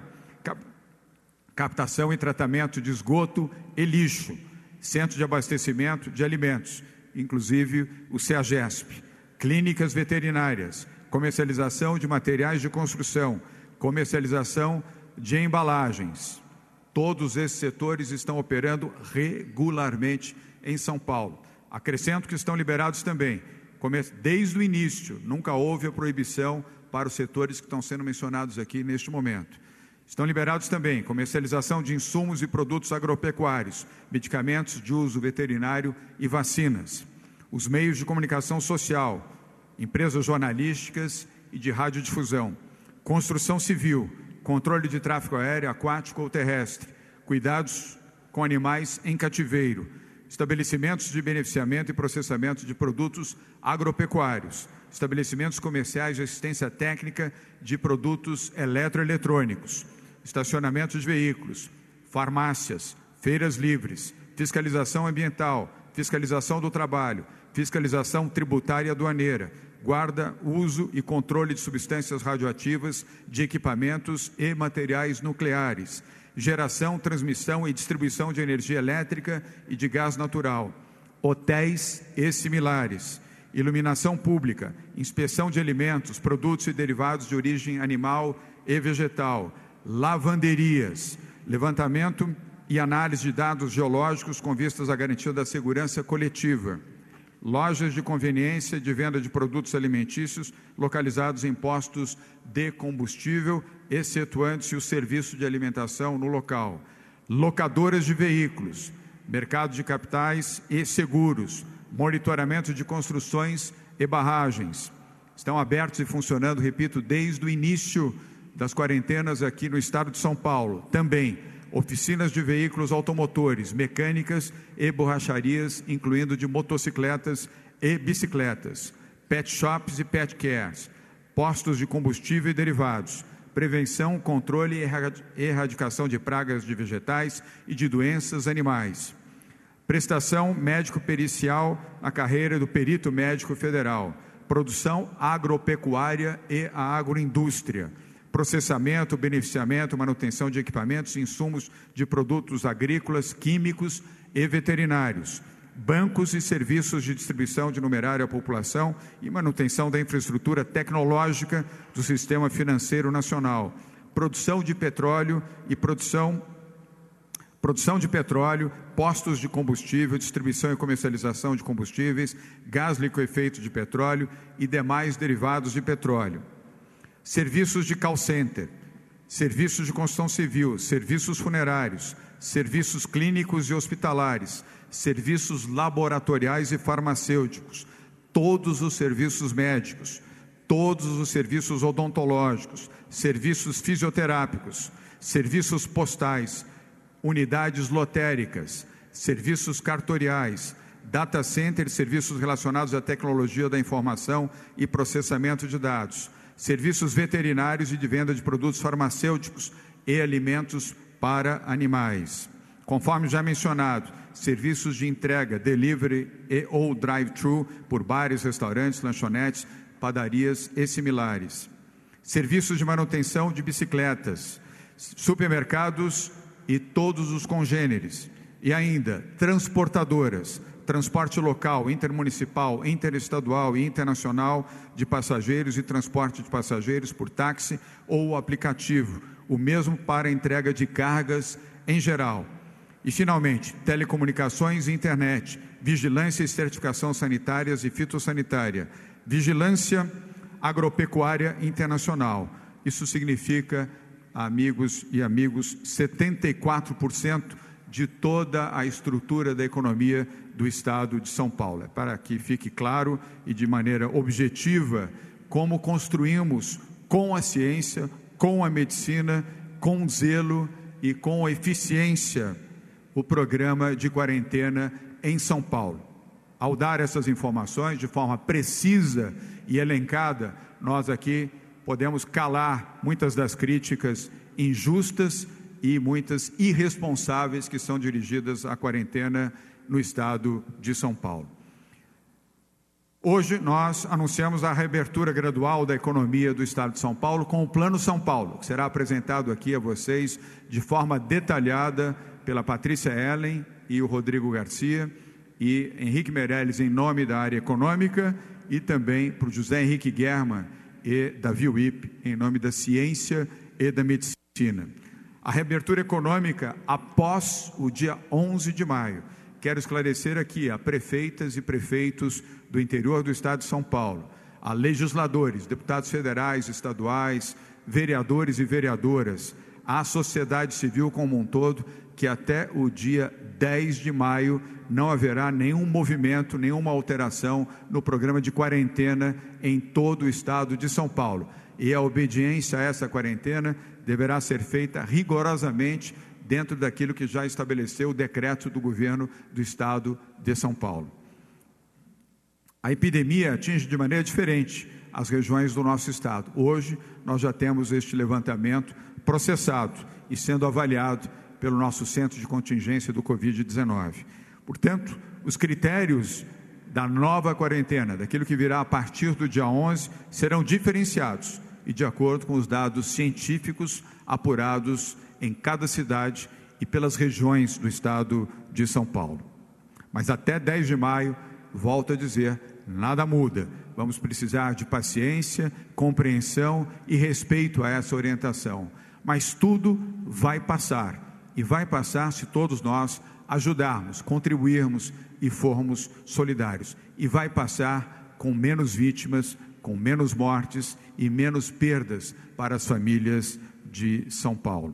captação e tratamento de esgoto e lixo, centro de abastecimento de alimentos, inclusive o CEAGESP, clínicas veterinárias, comercialização de materiais de construção, comercialização de embalagens. Todos esses setores estão operando regularmente em São Paulo. Acrescento que estão liberados também. Desde o início, nunca houve a proibição para os setores que estão sendo mencionados aqui neste momento. Estão liberados também comercialização de insumos e produtos agropecuários, medicamentos de uso veterinário e vacinas. Os meios de comunicação social, empresas jornalísticas e de radiodifusão, construção civil, controle de tráfego aéreo, aquático ou terrestre, cuidados com animais em cativeiro, estabelecimentos de beneficiamento e processamento de produtos agropecuários, estabelecimentos comerciais de assistência técnica de produtos eletroeletrônicos, estacionamento de veículos, farmácias, feiras livres, fiscalização ambiental, fiscalização do trabalho, fiscalização tributária e aduaneira, guarda, uso e controle de substâncias radioativas, de equipamentos e materiais nucleares, geração, transmissão e distribuição de energia elétrica e de gás natural, hotéis e similares, iluminação pública, inspeção de alimentos, produtos e derivados de origem animal e vegetal, lavanderias, levantamento e análise de dados geológicos com vistas à garantia da segurança coletiva, lojas de conveniência de venda de produtos alimentícios localizados em postos de combustível, excetuando-se o serviço de alimentação no local, locadoras de veículos, mercado de capitais e seguros, monitoramento de construções e barragens. Estão abertos e funcionando, repito, desde o início das quarentenas aqui no estado de São Paulo. Também oficinas de veículos automotores, mecânicas e borracharias, incluindo de motocicletas e bicicletas, pet shops e pet cares, postos de combustível e derivados, prevenção, controle e erradicação de pragas de vegetais e de doenças animais, prestação médico-pericial na carreira do perito médico federal, produção agropecuária e a agroindústria, processamento, beneficiamento, manutenção de equipamentos e insumos de produtos agrícolas, químicos e veterinários, bancos e serviços de distribuição de numerário à população e manutenção da infraestrutura tecnológica do sistema financeiro nacional, produção de petróleo e produção de petróleo, postos de combustível, distribuição e comercialização de combustíveis, gás liquefeito de petróleo e demais derivados de petróleo. Serviços de call center, serviços de construção civil, serviços funerários, serviços clínicos e hospitalares, serviços laboratoriais e farmacêuticos, todos os serviços médicos, todos os serviços odontológicos, serviços fisioterápicos, serviços postais, unidades lotéricas, serviços cartoriais, data center, serviços relacionados à tecnologia da informação e processamento de dados, serviços veterinários e de venda de produtos farmacêuticos e alimentos para animais. Conforme já mencionado, serviços de entrega, delivery e ou drive-thru por bares, restaurantes, lanchonetes, padarias e similares. Serviços de manutenção de bicicletas, supermercados e todos os congêneres. E ainda, transportadoras, transporte local, intermunicipal, interestadual e internacional de passageiros e transporte de passageiros por táxi ou aplicativo, o mesmo para entrega de cargas em geral. E, finalmente, telecomunicações e internet, vigilância e certificação sanitárias e fitossanitária, vigilância agropecuária internacional. Isso significa, amigos e amigos, 74% de toda a estrutura da economia do Estado de São Paulo. É para que fique claro e de maneira objetiva como construímos com a ciência, com a medicina, com zelo e com eficiência o programa de quarentena em São Paulo. Ao dar essas informações de forma precisa e elencada, nós aqui podemos calar muitas das críticas injustas e muitas irresponsáveis que são dirigidas à quarentena no estado de São Paulo. Hoje nós anunciamos a reabertura gradual da economia do estado de São Paulo com o Plano São Paulo, que será apresentado aqui a vocês de forma detalhada pela Patrícia Ellen e o Rodrigo Garcia e Henrique Meirelles em nome da área econômica e também para o José Henrique Guerma e Davi Wip em nome da ciência e da medicina. A reabertura econômica após o dia 11 de maio. Quero esclarecer aqui a prefeitas e prefeitos do interior do estado de São Paulo, a legisladores, deputados federais, estaduais, vereadores e vereadoras, à sociedade civil como um todo, que até o dia 10 de maio não haverá nenhum movimento, nenhuma alteração no programa de quarentena em todo o estado de São Paulo. E a obediência a essa quarentena deverá ser feita rigorosamente dentro daquilo que já estabeleceu o decreto do governo do estado de São Paulo. A epidemia atinge de maneira diferente as regiões do nosso estado. Hoje nós já temos este levantamento processado e sendo avaliado pelo nosso centro de contingência do Covid-19. Portanto, os critérios da nova quarentena, daquilo que virá a partir do dia 11, serão diferenciados e de acordo com os dados científicos apurados em cada cidade e pelas regiões do estado de São Paulo. Mas até 10 de maio, volto a dizer, nada muda. Vamos precisar de paciência, compreensão e respeito a essa orientação. Mas tudo vai passar. E vai passar se todos nós ajudarmos, contribuirmos e formos solidários. E vai passar com menos vítimas, com menos mortes e menos perdas para as famílias de São Paulo.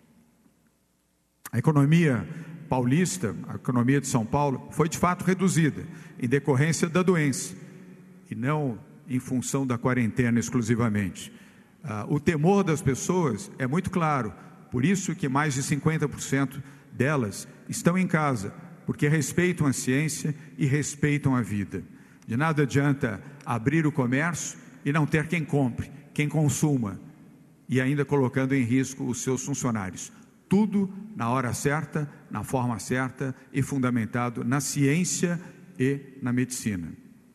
A economia paulista, a economia de São Paulo, foi de fato reduzida em decorrência da doença e não em função da quarentena exclusivamente. O temor das pessoas é muito claro. Por isso que mais de 50% delas estão em casa, porque respeitam a ciência e respeitam a vida. De nada adianta abrir o comércio e não ter quem compre, quem consuma, e ainda colocando em risco os seus funcionários. Tudo na hora certa, na forma certa e fundamentado na ciência e na medicina.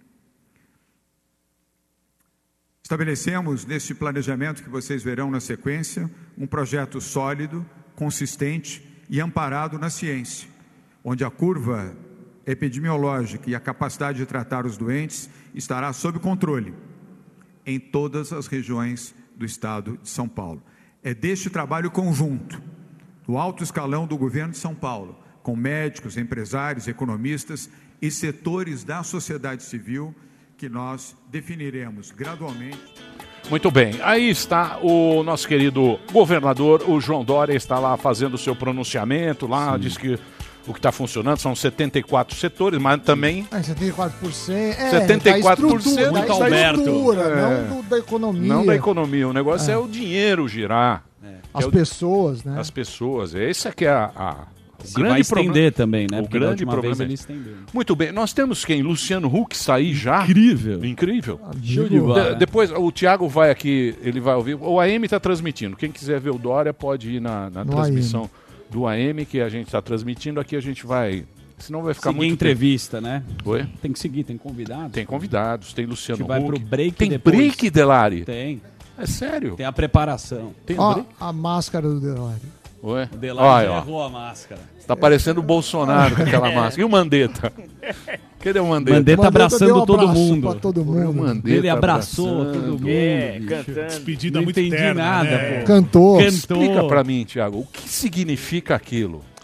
Estabelecemos neste planejamento que vocês verão na sequência, um projeto sólido, consistente e amparado na ciência, onde a curva epidemiológica e a capacidade de tratar os doentes estará sob controle em todas as regiões do estado de São Paulo. É deste trabalho conjunto, do alto escalão do governo de São Paulo, com médicos, empresários, economistas e setores da sociedade civil, que nós definiremos gradualmente. Muito bem, aí está o nosso querido governador, o João Dória, está lá fazendo o seu pronunciamento, lá diz que o que está funcionando são 74 setores, mas também... 74%, 74% da estrutura, não da economia. Não da economia, o negócio é o dinheiro girar. As pessoas, né? As pessoas, esse é que é o grande vai estender problema também, né? O Porque grande problema é esse. Muito bem, nós temos quem? Luciano Huck sair já? Incrível. Show de bola. Depois o Thiago vai aqui, ele vai ouvir. O AM está transmitindo. Quem quiser ver o Dória pode ir na transmissão AM. Do AM, que a gente está transmitindo. Aqui a gente vai... Senão vai ficar seguir muito entrevista, tempo. Né? Oi? Tem que seguir, tem convidados. Tem convidados, tem Luciano Huck. A gente vai pro break tem depois. Break, Delari? Tem. É sério? Tem a preparação. Tem a máscara do Delari. Ué? O Delari errou a máscara. Tá parecendo o Bolsonaro com aquela máscara. E o Mandetta? Cadê o Mandetta? Mandetta abraçando todo mundo. Todo mundo. Mandetta Ele abraçou todo mundo. Cantando. Despedida Não muito entendi terna, nada, né? pô. Cantou. Explica pra mim, Thiago, o que significa aquilo?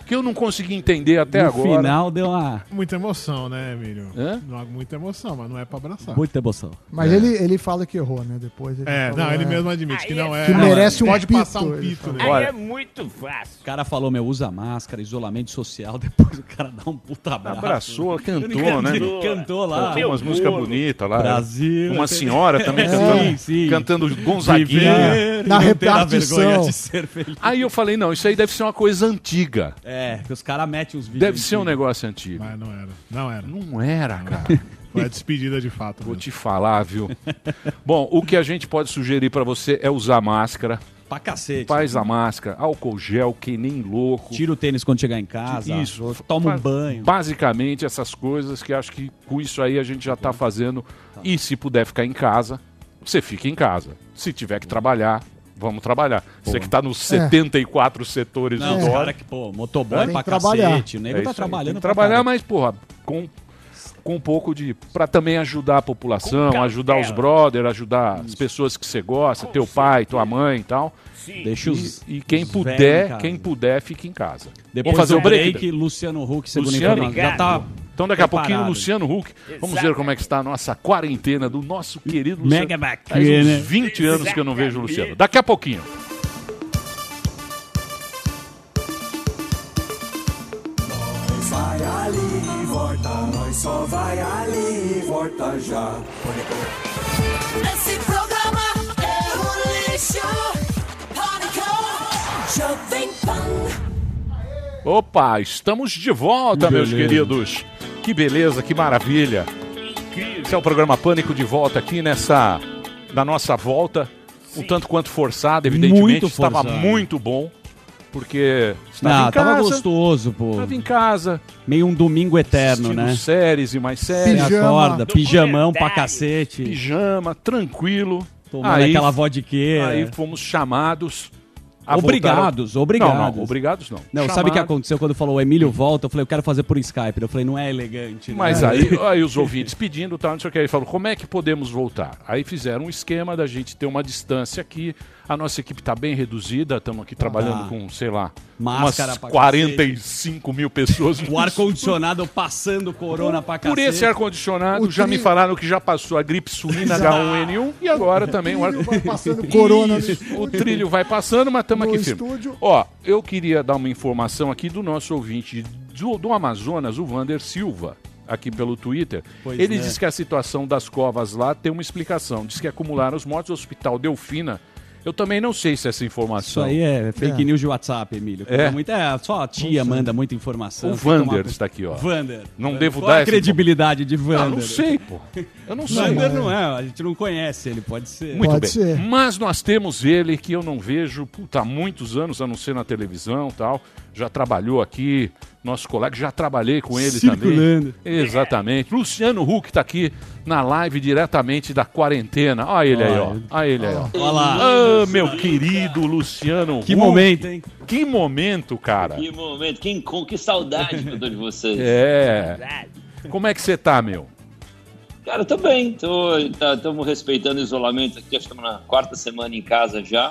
que eu não consegui entender até No agora. final deu uma... Muita emoção, né, Emílio? Hã? Não, muita emoção, mas não é pra abraçar. Muita emoção. Mas ele fala que errou, né? Depois ele falou, ele mesmo admite que não é. que merece um pode pito, passar um ele pito, fala. né? Aí Olha. é muito fácil. O cara falou, usa máscara, isolamento social, depois o cara dá um puta abraço. Abraçou, cantou, Eu não né? entendi, cantou lá. Cantou umas músicas bonitas lá. Brasil. Uma senhora também Sim. cantando Gonzaguinha. Viver, Na não ter a repartição. vergonha de ser feliz. Aí eu falei, não, isso aí deve ser uma coisa antiga. É, que os caras metem os vídeos. Deve ser um antigos. negócio antigo. Mas não era. Não era. Não era, cara. Foi a despedida de fato. Vou mesmo. te falar, viu? Bom, o que a gente pode sugerir pra você é usar máscara. Pra cacete. Faz a máscara, álcool gel, que nem louco. Tira o tênis quando chegar em casa. Isso. Toma um Faz banho. Basicamente, essas coisas que acho que com isso aí a gente já tá fazendo. E se puder ficar em casa, você fica em casa. Se tiver que trabalhar, vamos trabalhar. Você que tá nos 74 setores Não, do os Dória. cara que, motoboy Tem pra que trabalhar. cacete. O nego É tá isso aí. trabalhando Tem que pra trabalhar, caralho. mas, porra, com um pouco de... Pra também ajudar a população, Com ajudar os cautela. brothers, ajudar as pessoas que você gosta, teu pai, tua mãe e tal. Sim. Deixa os... E quem os velhos em puder, casa. quem puder, fique em casa. Depois Vamos fazer do o break? break, Luciano Huck, segundo Luciano? informação. Já tá Então daqui a preparado. pouquinho, Luciano Huck. Vamos ver como é que está a nossa quarentena do nosso querido Luciano. Mega Faz uns bacana. 20 anos que eu não vejo o Luciano. Daqui a pouquinho. Vai ali e volta, nós só vai ali e volta já. Esse programa é um lixo. Pânico, Jovem Pan. Opa, estamos de volta, meus beleza. queridos. Que beleza, que maravilha. Esse é o programa Pânico de volta aqui na nossa volta. Um tanto quanto forçado, evidentemente. Muito Estava forçado. muito bom. Porque estava Não, em casa. tava gostoso, pô. Estava em casa. Meio um domingo eterno, assistindo né? séries e mais Você séries. Pijama. acorda, pijamão pra Documentário. cacete. Pijama, tranquilo. Tomando Aí- aquela vodqueira. Aí fomos chamados a Obrigados, voltar ao... obrigados. Não, obrigados não. Não, sabe o que aconteceu quando falou o Emílio volta? Eu falei, eu quero fazer por Skype. Eu falei, não é elegante. né? Mas aí os ouvintes pedindo, tal, não sei o que. Aí falou, como é que podemos voltar? Aí fizeram um esquema da gente ter uma distância aqui. A nossa equipe está bem reduzida, estamos aqui trabalhando com, sei lá, Máscara umas pra 45 mil pessoas. O ar-condicionado passando corona pra Por cacete. esse ar-condicionado, O já me trio- falaram que já passou a gripe suína H1N1 e agora também o ar... Vai passando corona no Isso, estúdio. o trilho vai passando, mas estamos No aqui firme. estúdio. Ó, eu queria dar uma informação aqui do nosso ouvinte do Amazonas, o Vander Silva, aqui pelo Twitter. Pois Ele é. diz que a situação das covas lá tem uma explicação. Diz que acumularam os mortos do Hospital Delfina. Eu também não sei se essa Isso informação... aí é fake news de WhatsApp, Emílio. É? Só a tia manda muita informação. O Tem que tomar Vander cu- está aqui, ó. Vander. Não Vander. devo Qual dar a essa credibilidade de Vander? Ah, não sei, pô. Eu não sei. Vander não é, a gente não conhece ele, pode ser. Muito Pode bem. ser. Mas nós temos ele que eu não vejo há muitos anos, a não ser na televisão e tal. Já trabalhou aqui, nosso colega, já trabalhei com ele Circulando. também. Exatamente. Luciano Huck está aqui na live diretamente da quarentena. Olha ele aí, ó. Olha ele aí, ó. Olha lá. Ah, meu querido Luciano Que Huck. momento, hein? Que momento, cara. Que momento, que saudade que eu tô de vocês. É. Como é que você tá, meu? Cara, eu tô bem, estamos respeitando o isolamento aqui, acho que estamos na 4ª semana em casa já.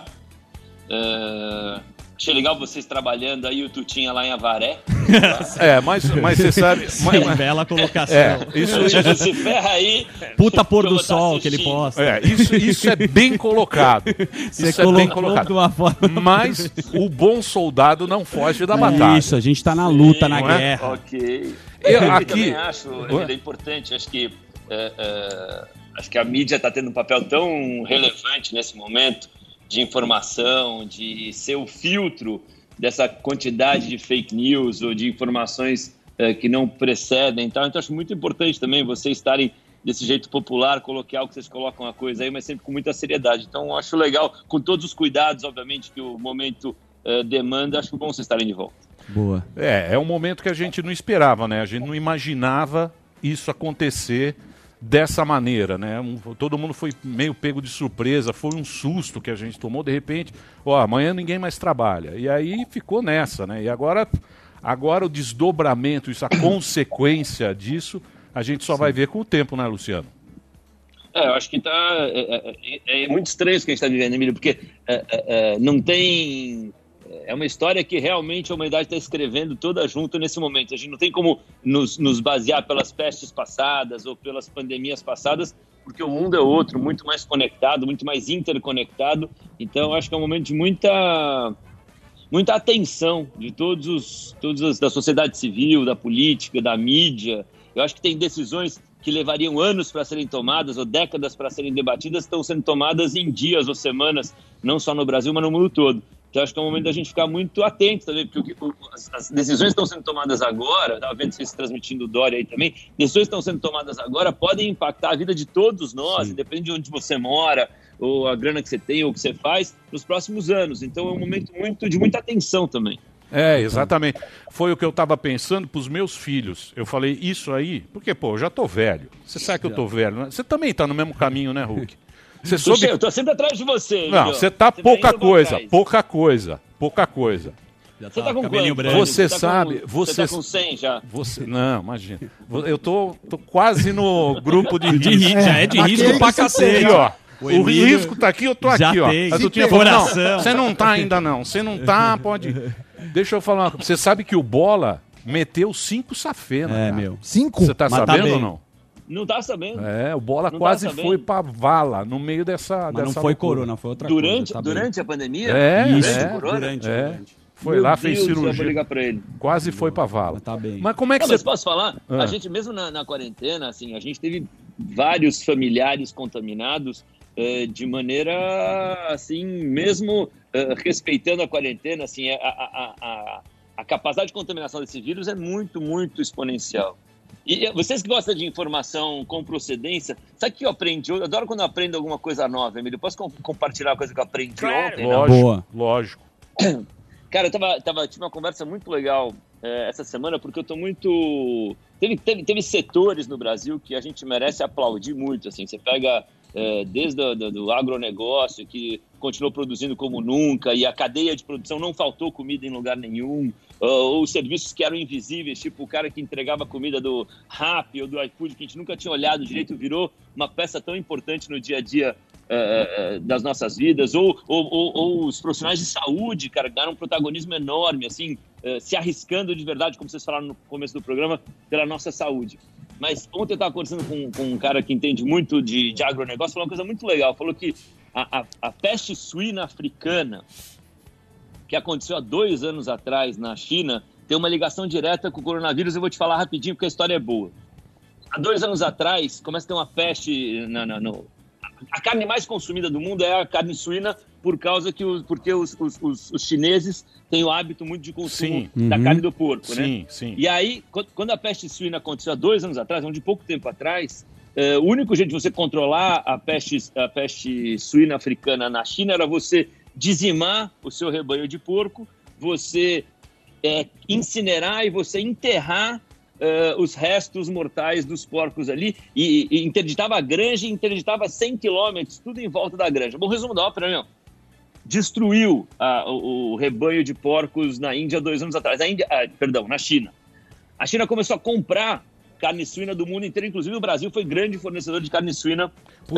Achei legal vocês trabalhando aí, o Tutinha lá em Avaré. É, mas você sabe... Sim, bela colocação. Isso Se ferra aí. Puta pôr que eu do vou tá sol que ele assistindo. posta. isso é bem colocado. Você Isso é bem colocou colocado. de uma forma... Mas o bom soldado não foge da batalha. Isso, a gente tá na luta, na não é? guerra. Ok. Eu Aqui... também aqui... acho, é importante, acho que a mídia está tendo um papel tão relevante nesse momento de informação, de ser o filtro dessa quantidade de fake news ou de informações que não precedem. Então, acho muito importante também vocês estarem desse jeito popular, colocar o que vocês colocam a coisa aí, mas sempre com muita seriedade. Então, acho legal, com todos os cuidados, obviamente, que o momento demanda, acho bom vocês estarem de volta. Boa. É um momento que a gente não esperava, né? A gente não imaginava isso acontecer dessa maneira, né? Todo mundo foi meio pego de surpresa, foi um susto que a gente tomou, de repente, amanhã ninguém mais trabalha. E aí ficou nessa, né? E agora o desdobramento, a consequência disso, a gente só vai ver com o tempo, né, Luciano? Eu acho que é muito estranho isso que a gente está vivendo, Emílio, porque não tem É uma história que realmente a humanidade está escrevendo toda junto nesse momento. A gente não tem como nos basear pelas pestes passadas ou pelas pandemias passadas, porque o mundo é outro, muito mais conectado, muito mais interconectado. Então, eu acho que é um momento de muita atenção de todos da sociedade civil, da política, da mídia. Eu acho que tem decisões que levariam anos para serem tomadas ou décadas para serem debatidas, estão sendo tomadas em dias ou semanas, não só no Brasil, mas no mundo todo. Então, acho que é um momento da gente ficar muito atento também, porque as decisões estão sendo tomadas agora, estava vendo vocês transmitindo o Dória aí também, decisões estão sendo tomadas agora podem impactar a vida de todos nós, depende de onde você mora, ou a grana que você tem, ou o que você faz, nos próximos anos. Então, é um momento de muita atenção também. Exatamente. Foi o que eu estava pensando para os meus filhos. Eu falei isso aí, porque, eu já tô velho. Você sabe que eu tô velho, né? Você também tá no mesmo caminho, né, Hulk? Você soube... Eu tô sempre atrás de você. Não, você tá pouca coisa. Você tá com cabelinho quanto? Você sabe... Você tá com 100 já? Não, imagina. Eu tô quase no grupo de risco. Já é de risco pra cacete. Ó. O risco tá aqui, eu tô aqui, ó. Tem. Mas eu tinha falado, não, você não tá ainda não. Você não tá, pode... Deixa eu falar uma coisa. Você sabe que o Bola meteu 5 safenas, cara. Meu. 5? Você tá sabendo ou não? Não tá sabendo. O Bola quase foi pra vala no meio dessa... Mas não foi loucura. corona, foi outra coisa. Durante a pandemia? Durante. Foi lá, fez cirurgia. Eu vou ligar pra ele. Quase foi pra vala. Tá bem. Mas como é que Mas posso falar? A gente, mesmo na quarentena, assim, a gente teve vários familiares contaminados de maneira, assim, mesmo respeitando a quarentena, assim, a capacidade de contaminação desse vírus é muito, muito exponencial. E vocês que gostam de informação com procedência, sabe o que eu aprendi? Eu adoro quando eu aprendo alguma coisa nova, Emílio. Posso compartilhar uma coisa que eu aprendi ontem? Lógico. Cara, eu tive uma conversa muito legal essa semana, porque eu tô muito... Teve setores no Brasil que a gente merece aplaudir muito, assim. Você pega desde do agronegócio, que continuou produzindo como nunca, e a cadeia de produção não faltou comida em lugar nenhum, ou serviços que eram invisíveis, tipo o cara que entregava comida do Rappi ou do iFood, que a gente nunca tinha olhado direito, virou uma peça tão importante no dia a dia das nossas vidas, ou os profissionais de saúde, cara, deram um protagonismo enorme, assim, se arriscando de verdade, como vocês falaram no começo do programa, pela nossa saúde. Mas ontem eu estava conversando com um cara que entende muito de agronegócio, falou uma coisa muito legal, falou que a peste suína africana, que aconteceu há 2 anos atrás na China, tem uma ligação direta com o coronavírus. Eu vou te falar rapidinho porque a história é boa. Há 2 anos atrás, começa a ter uma peste... A carne mais consumida do mundo é a carne suína, porque os chineses têm o hábito muito de consumo da carne do porco, né? Sim. E aí, quando a peste suína aconteceu há 2 anos atrás, de pouco tempo atrás, o único jeito de você controlar a peste suína africana na China era você dizimar o seu rebanho de porco, você incinerar e você enterrar os restos mortais dos porcos ali, e interditava a granja, interditava 100 quilômetros, tudo em volta da granja. Bom, resumo da ópera, destruiu o rebanho de porcos na Índia 2 anos atrás. Na China. A China começou a comprar carne suína do mundo inteiro, inclusive o Brasil foi grande fornecedor de carne suína.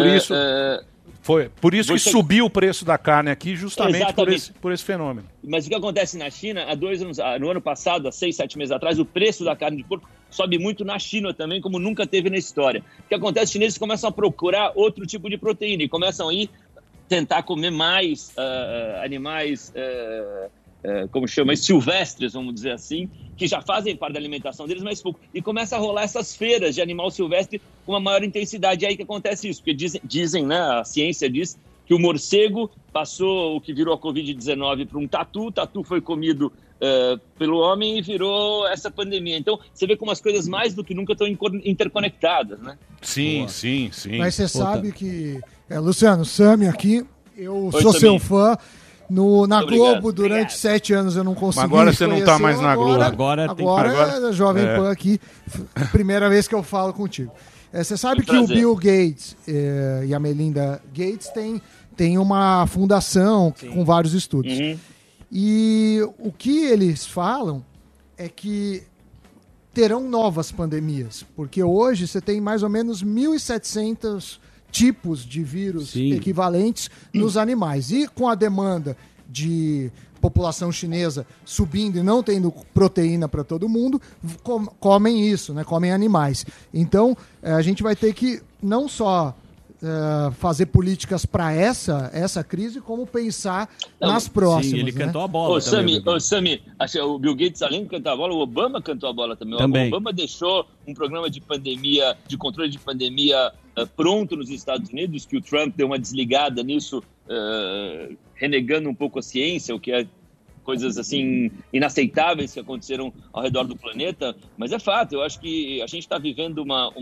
Por isso que subiu o preço da carne aqui, justamente por esse fenômeno. Mas o que acontece na China, há 2 anos, no ano passado, há 6, 7 meses atrás, o preço da carne de porco sobe muito na China também, como nunca teve na história. O que acontece? Os chineses começam a procurar outro tipo de proteína e começam a tentar comer mais animais, como chama, silvestres, vamos dizer assim, que já fazem parte da alimentação deles, mas pouco. E começa a rolar essas feiras de animal silvestre com uma maior intensidade. E aí que acontece isso, porque dizem, né, a ciência diz que o morcego passou o que virou a Covid-19 para um tatu, o tatu foi comido pelo homem e virou essa pandemia. Então, você vê como as coisas mais do que nunca estão interconectadas, né? Sim. Mas você sabe que... Luciano, Sami aqui, eu sou Sami. seu fã. Na Globo, durante 7 anos eu não consegui. Mas agora você não tá mais na Globo. Agora é Jovem Pan aqui. Primeira vez que eu falo contigo. Você sabe que o Bill Gates e a Melinda Gates têm uma fundação com vários estudos. E o que eles falam é que terão novas pandemias. Porque hoje você tem mais ou menos 1.700 tipos de vírus equivalentes nos animais. E com a demanda de população chinesa subindo e não tendo proteína para todo mundo, comem isso, né? Comem animais. Então, a gente vai ter que não só fazer políticas para essa crise, como pensar nas próximas. Sim, ele cantou a bola. Sami, o Bill Gates, além de cantar a bola, o Obama cantou a bola também. O Obama deixou um programa de pandemia, de controle de pandemia pronto nos Estados Unidos, que o Trump deu uma desligada nisso, renegando um pouco a ciência, o que é coisas assim inaceitáveis que aconteceram ao redor do planeta. Mas é fato, eu acho que a gente está vivendo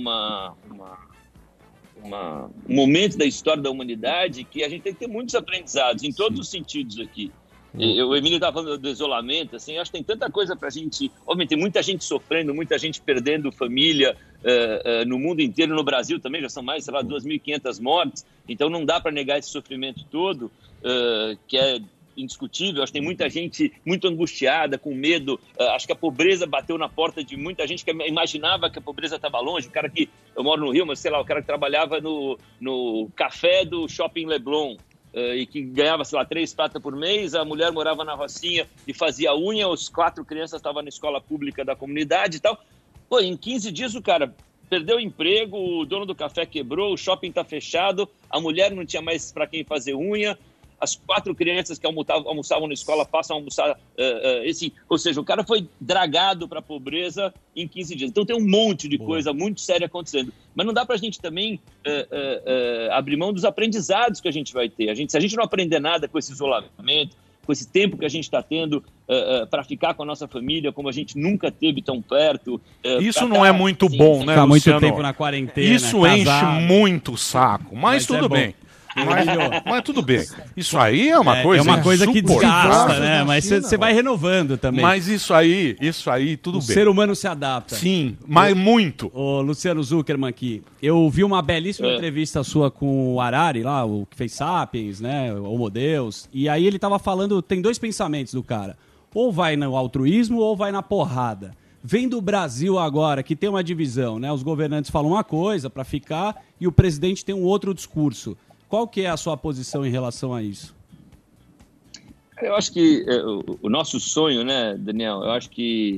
um momento da história da humanidade que a gente tem que ter muitos aprendizados em todos os sentidos aqui. O Emílio estava falando do isolamento, assim, acho que tem tanta coisa para a gente... Obviamente, tem muita gente sofrendo, muita gente perdendo família no mundo inteiro, no Brasil também, já são mais, sei lá, 2.500 mortes, então não dá para negar esse sofrimento todo, que é indiscutível. Acho que tem muita gente muito angustiada, com medo. Acho que a pobreza bateu na porta de muita gente que imaginava que a pobreza estava longe. O cara que... Eu moro no Rio, mas sei lá, o cara que trabalhava no café do Shopping Leblon e que ganhava, sei lá, 3 pratas por mês, a mulher morava na Rocinha e fazia unha, os 4 crianças estavam na escola pública da comunidade e tal. Pô, em 15 dias o cara perdeu o emprego, o dono do café quebrou, o shopping está fechado, a mulher não tinha mais para quem fazer unha, as 4 crianças que almoçavam na escola passam a almoçar, ou seja, o cara foi dragado para a pobreza em 15 dias. Então tem um monte de coisa muito séria acontecendo. Mas não dá para a gente também abrir mão dos aprendizados que a gente vai ter. Se a gente não aprender nada com esse isolamento, com esse tempo que a gente está tendo para ficar com a nossa família, como a gente nunca teve tão perto. Isso não é muito bom, né, Ficar muito Luciano? tempo na quarentena, Isso casado. Enche muito o saco, mas tudo bem. Mas tudo bem. Isso aí é uma coisa. É uma coisa que desgasta, insuportável. né? Mas você vai renovando também. Mas isso aí, tudo bem. O ser humano se adapta. Sim, mas muito. Ô, Luciano Zuckerman aqui. Eu vi uma belíssima entrevista sua com o Harari, lá, o que fez Sapiens, né? O Homo Deus. E aí ele tava falando, tem 2 pensamentos do cara. Ou vai no altruísmo ou vai na porrada. Vem do Brasil agora, que tem uma divisão, né? Os governantes falam uma coisa para ficar e o presidente tem um outro discurso. Qual que é a sua posição em relação a isso? Eu acho que o nosso sonho, né, Daniel, eu acho que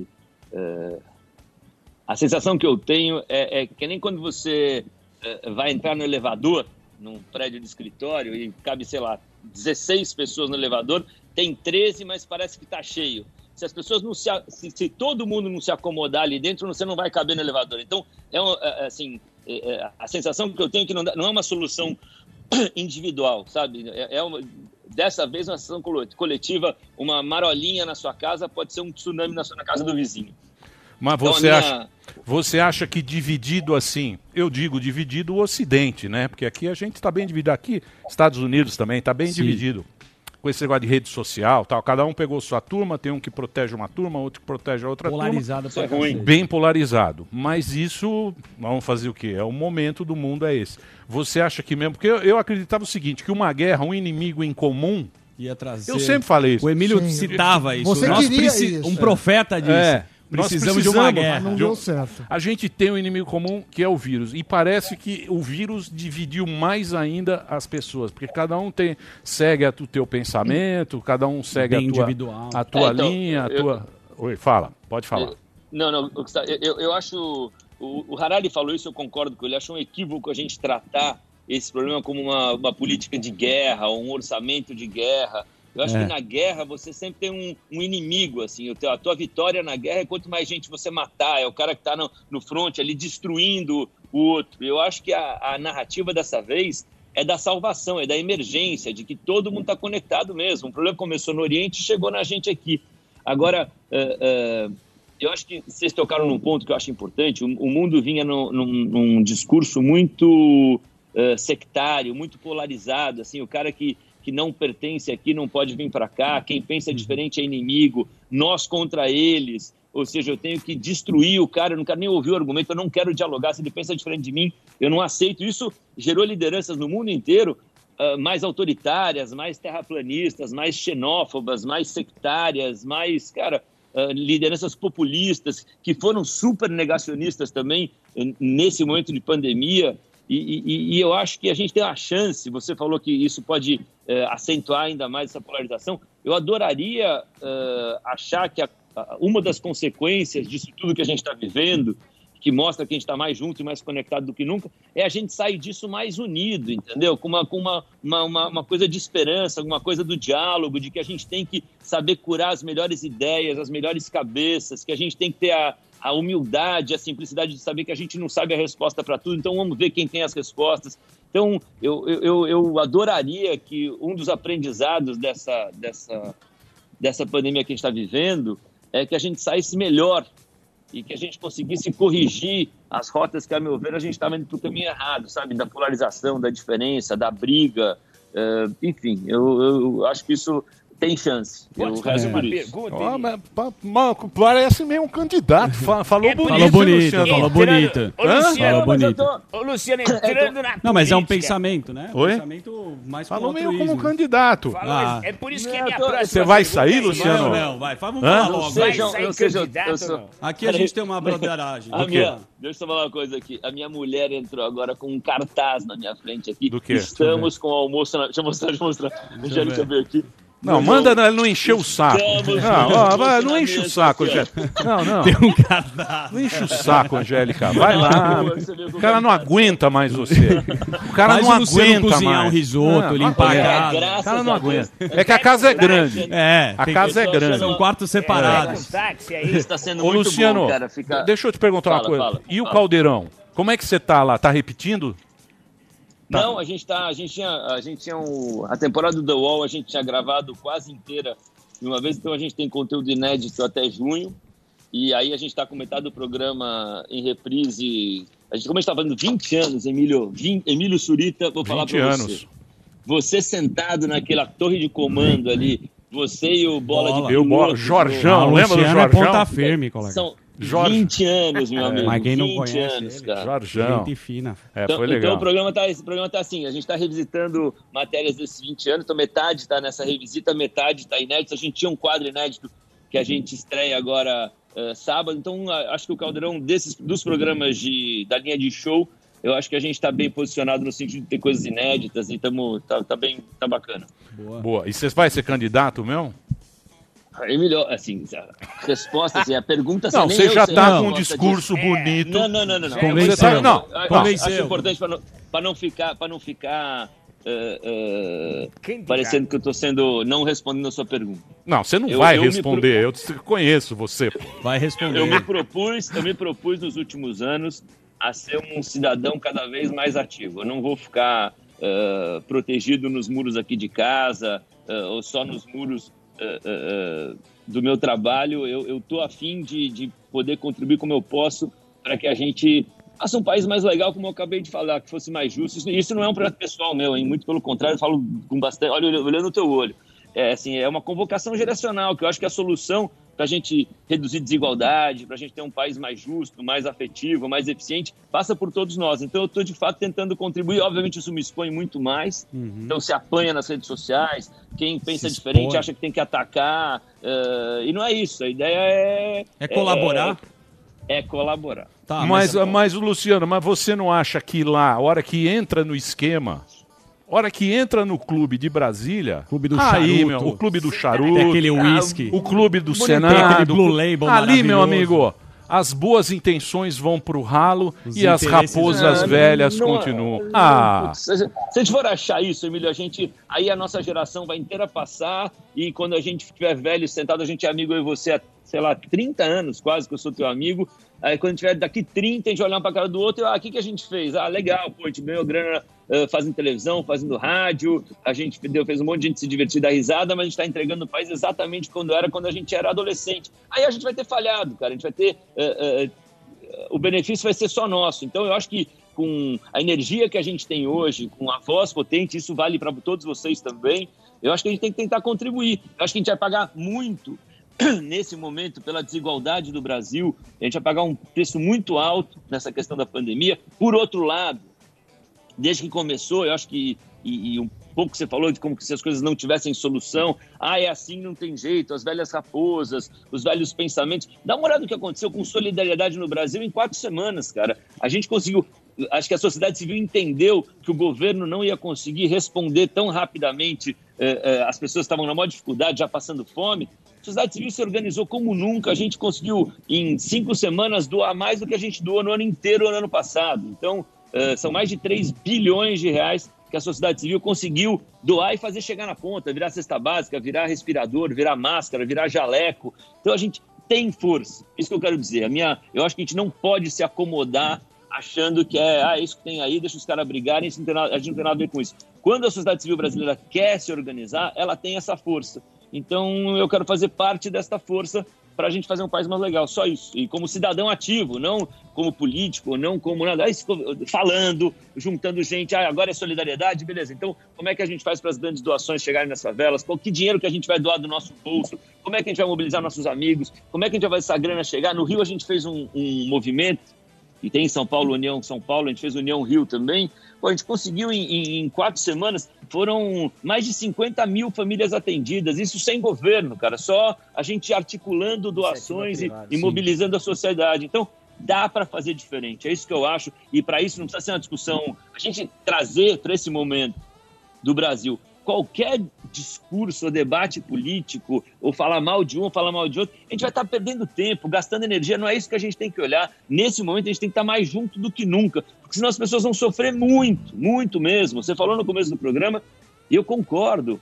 a sensação que eu tenho é que nem quando você vai entrar no elevador, num prédio de escritório, e cabe, sei lá, 16 pessoas no elevador, tem 13, mas parece que está cheio. Se as pessoas não se todo mundo não se acomodar ali dentro, você não vai caber no elevador. Então, a sensação que eu tenho é que não é uma solução individual, sabe? Dessa vez uma ação coletiva, uma marolinha na sua casa pode ser um tsunami na casa do vizinho. Mas você acha que dividido assim, eu digo dividido o Ocidente, né? Porque aqui a gente está bem dividido, aqui Estados Unidos também está bem dividido. Com esse negócio de rede social, tal, cada um pegou sua turma, tem um que protege uma turma, outro que protege a outra polarizado turma. Polarizado. Bem polarizado. Mas isso, vamos fazer o quê? É o momento do mundo, é esse. Você acha que mesmo... Porque eu acreditava o seguinte, que uma guerra, um inimigo em comum... Ia trazer... Eu sempre falei isso. O Emílio citava isso. Você queria isso. Um profeta disse. Precisamos de uma guerra. Não deu certo. A gente tem um inimigo comum que é o vírus. E parece que o vírus dividiu mais ainda as pessoas. Porque cada um segue o teu pensamento, cada um segue a tua linha, Oi, fala. Pode falar. Eu acho... O Harari falou isso, eu concordo com ele. Eu acho um equívoco a gente tratar esse problema como uma política de guerra, um orçamento de guerra. Eu acho que na guerra você sempre tem um inimigo, assim. A tua vitória na guerra é quanto mais gente você matar, é o cara que está no front ali destruindo o outro. Eu acho que a narrativa dessa vez é da salvação, é da emergência, de que todo mundo está conectado mesmo. O problema começou no Oriente e chegou na gente aqui. Agora, eu acho que vocês tocaram num ponto que eu acho importante. O mundo vinha num discurso muito sectário, muito polarizado, assim, o cara que não pertence aqui não pode vir para cá, quem pensa diferente é inimigo, nós contra eles, ou seja, eu tenho que destruir o cara, eu não quero nem ouvir o argumento, eu não quero dialogar, se ele pensa diferente de mim, eu não aceito. Isso gerou lideranças no mundo inteiro mais autoritárias, mais terraplanistas, mais xenófobas, mais sectárias, mais, lideranças populistas, que foram super negacionistas também nesse momento de pandemia. E eu acho que a gente tem uma chance, você falou que isso pode acentuar ainda mais essa polarização. Eu adoraria achar que uma das consequências disso tudo que a gente está vivendo, que mostra que a gente está mais junto e mais conectado do que nunca, é a gente sair disso mais unido, entendeu? Com uma coisa de esperança, alguma coisa do diálogo, de que a gente tem que saber curar as melhores ideias, as melhores cabeças, que a gente tem que ter a humildade, a simplicidade de saber que a gente não sabe a resposta para tudo, então vamos ver quem tem as respostas. Então, eu adoraria que um dos aprendizados dessa pandemia que a gente está vivendo é que a gente saísse melhor e que a gente conseguisse corrigir as rotas que, a meu ver, a gente estava indo para o caminho errado, sabe? Da polarização, da diferença, da briga, enfim, eu acho que isso tem chance. Eu rezo por isso. Parece meio um candidato. Falou bonito. Ô, Luciano, entrando na Não, mas é um pensamento, né? Oi? Pensamento mais Falou meio altruísmo. como candidato. É por isso que é a minha próxima. Você vai pergunta sair, é Luciano? Não, vai. Vamos falar logo. Vai sair candidato ou não? Aqui a gente tem uma broderagem. Deixa eu falar uma coisa aqui. A minha mulher entrou agora com um cartaz na minha frente aqui. Do quê? Estamos com o almoço... Deixa eu mostrar. Deixa eu ver aqui. Não, manda não encher o saco. Não enche o saco, Angélica. Não. Tem um cadastro. Não enche o saco, Angélica. Vai lá. O cara não aguenta mais você. O cara não aguenta cozinhar mais. um risoto, limpar a casa. O cara não aguenta. É que a casa é grande. A casa é grande. São quartos separados. Está sendo Ô, muito Luciano, bom, cara. deixa eu te perguntar uma coisa. Fala. E o Caldeirão? Como é que você tá lá? Tá repetindo? Não, a gente tinha a temporada do The Wall, a gente tinha gravado quase inteira de uma vez, então a gente tem conteúdo inédito até junho, e aí a gente está com metade do programa em reprise. Como a gente está fazendo 20 anos, Emílio Surita, vou falar para você. Você sentado naquela torre de comando ali, você e o Bola de Piloto. Jorjão, lembra do Jorjão? É ponta firme, colega. São 20 anos, meu amigo. Mas quem não 20 conhece anos, ele, cara. Jorjão. Gente fina. Foi legal. Então esse programa tá assim, a gente está revisitando matérias desses 20 anos, então metade está nessa revisita, metade está inédito. A gente tinha um quadro inédito que a gente estreia agora sábado, então acho que o Caldeirão dos programas da linha de show, eu acho que a gente está bem posicionado no sentido de ter coisas inéditas e tá bacana. Boa. E você vai ser candidato mesmo? É melhor, assim, a resposta, assim, a pergunta... Não, você já está com um discurso bonito. Não. Convenceu. Acho importante para não ficar parecendo que eu estou não respondendo a sua pergunta. Não, você não vai responder, eu conheço você. Vai responder. Eu me propus nos últimos anos a ser um cidadão cada vez mais ativo. Eu não vou ficar protegido nos muros aqui de casa, ou só nos muros do meu trabalho. Eu estou a fim de poder contribuir como eu posso para que a gente faça um país mais legal, como eu acabei de falar, que fosse mais justo. Isso não é um projeto pessoal meu, hein? Muito pelo contrário, eu falo com bastante... Olhando no teu olho. É uma convocação geracional, que eu acho que a solução para a gente reduzir desigualdade, para a gente ter um país mais justo, mais afetivo, mais eficiente, passa por todos nós. Então eu estou, de fato, tentando contribuir. Obviamente isso me expõe muito mais. Então se apanha nas redes sociais, quem pensa diferente acha que tem que atacar. E não é isso. A ideia é colaborar. É colaborar. Tá, mas, Luciano, mas você não acha que lá, a hora que entra no esquema... Hora que entra no clube de Brasília, clube do charuto, o clube do charuto, tem aquele whisky, o clube do Senado, tem aquele Blue Label ali, meu amigo, as boas intenções vão pro ralo e as raposas velhas continuam. Se a gente for achar isso, Emílio, aí a nossa geração vai inteira passar e quando a gente estiver velho sentado, a gente é amigo eu e você há, sei lá, 30 anos quase que eu sou teu amigo. Aí quando tiver daqui 30, a gente vai olhar um pra cara do outro e o que a gente fez? Legal, a gente ganhou grana fazendo televisão, fazendo rádio, a gente fez um monte de gente se divertir, dar risada, mas a gente tá entregando o país exatamente quando a gente era adolescente. Aí a gente vai ter falhado, cara, a gente vai ter... o benefício vai ser só nosso. Então eu acho que com a energia que a gente tem hoje, com a voz potente, isso vale para todos vocês também, eu acho que a gente tem que tentar contribuir. Eu acho que a gente vai pagar muito nesse momento, pela desigualdade do Brasil, a gente vai pagar um preço muito alto nessa questão da pandemia. Por outro lado, desde que começou, eu acho que, e um pouco que você falou de como que se as coisas não tivessem solução, é assim, não tem jeito, as velhas raposas, os velhos pensamentos. Dá uma olhada no que aconteceu com solidariedade no Brasil em 4 semanas, cara. A gente conseguiu acho que a sociedade civil entendeu que o governo não ia conseguir responder tão rapidamente. As pessoas estavam na maior dificuldade, já passando fome. A sociedade civil se organizou como nunca. A gente conseguiu, em 5 semanas, doar mais do que a gente doou no ano inteiro, no ano passado. Então, são mais de 3 bilhões de reais que a sociedade civil conseguiu doar e fazer chegar na ponta, virar cesta básica, virar respirador, virar máscara, virar jaleco. Então, a gente tem força. Isso que eu quero dizer. Eu acho que a gente não pode se acomodar achando que isso que tem aí, deixa os caras brigarem, a gente não tem nada a ver com isso. Quando a sociedade civil brasileira quer se organizar, ela tem essa força. Então, eu quero fazer parte desta força para a gente fazer um país mais legal, só isso. E como cidadão ativo, não como político, não como nada, falando, juntando gente, agora é solidariedade, beleza. Então, como é que a gente faz para as grandes doações chegarem nas favelas? Que dinheiro que a gente vai doar do nosso bolso? Como é que a gente vai mobilizar nossos amigos? Como é que a gente vai fazer essa grana chegar? No Rio, a gente fez um movimento, e tem em São Paulo, União São Paulo, a gente fez União Rio também. A gente conseguiu em 4 semanas, foram mais de 50 mil famílias atendidas, isso sem governo, cara, só a gente articulando doações e mobilizando a sociedade. Então, dá para fazer diferente, é isso que eu acho, e para isso não precisa ser uma discussão, a gente trazer para esse momento do Brasil qualquer discurso ou debate político, ou falar mal de um, ou falar mal de outro, a gente vai estar perdendo tempo, gastando energia, não é isso que a gente tem que olhar. Nesse momento a gente tem que estar mais junto do que nunca, porque senão as pessoas vão sofrer muito, muito mesmo. Você falou no começo do programa, e eu concordo,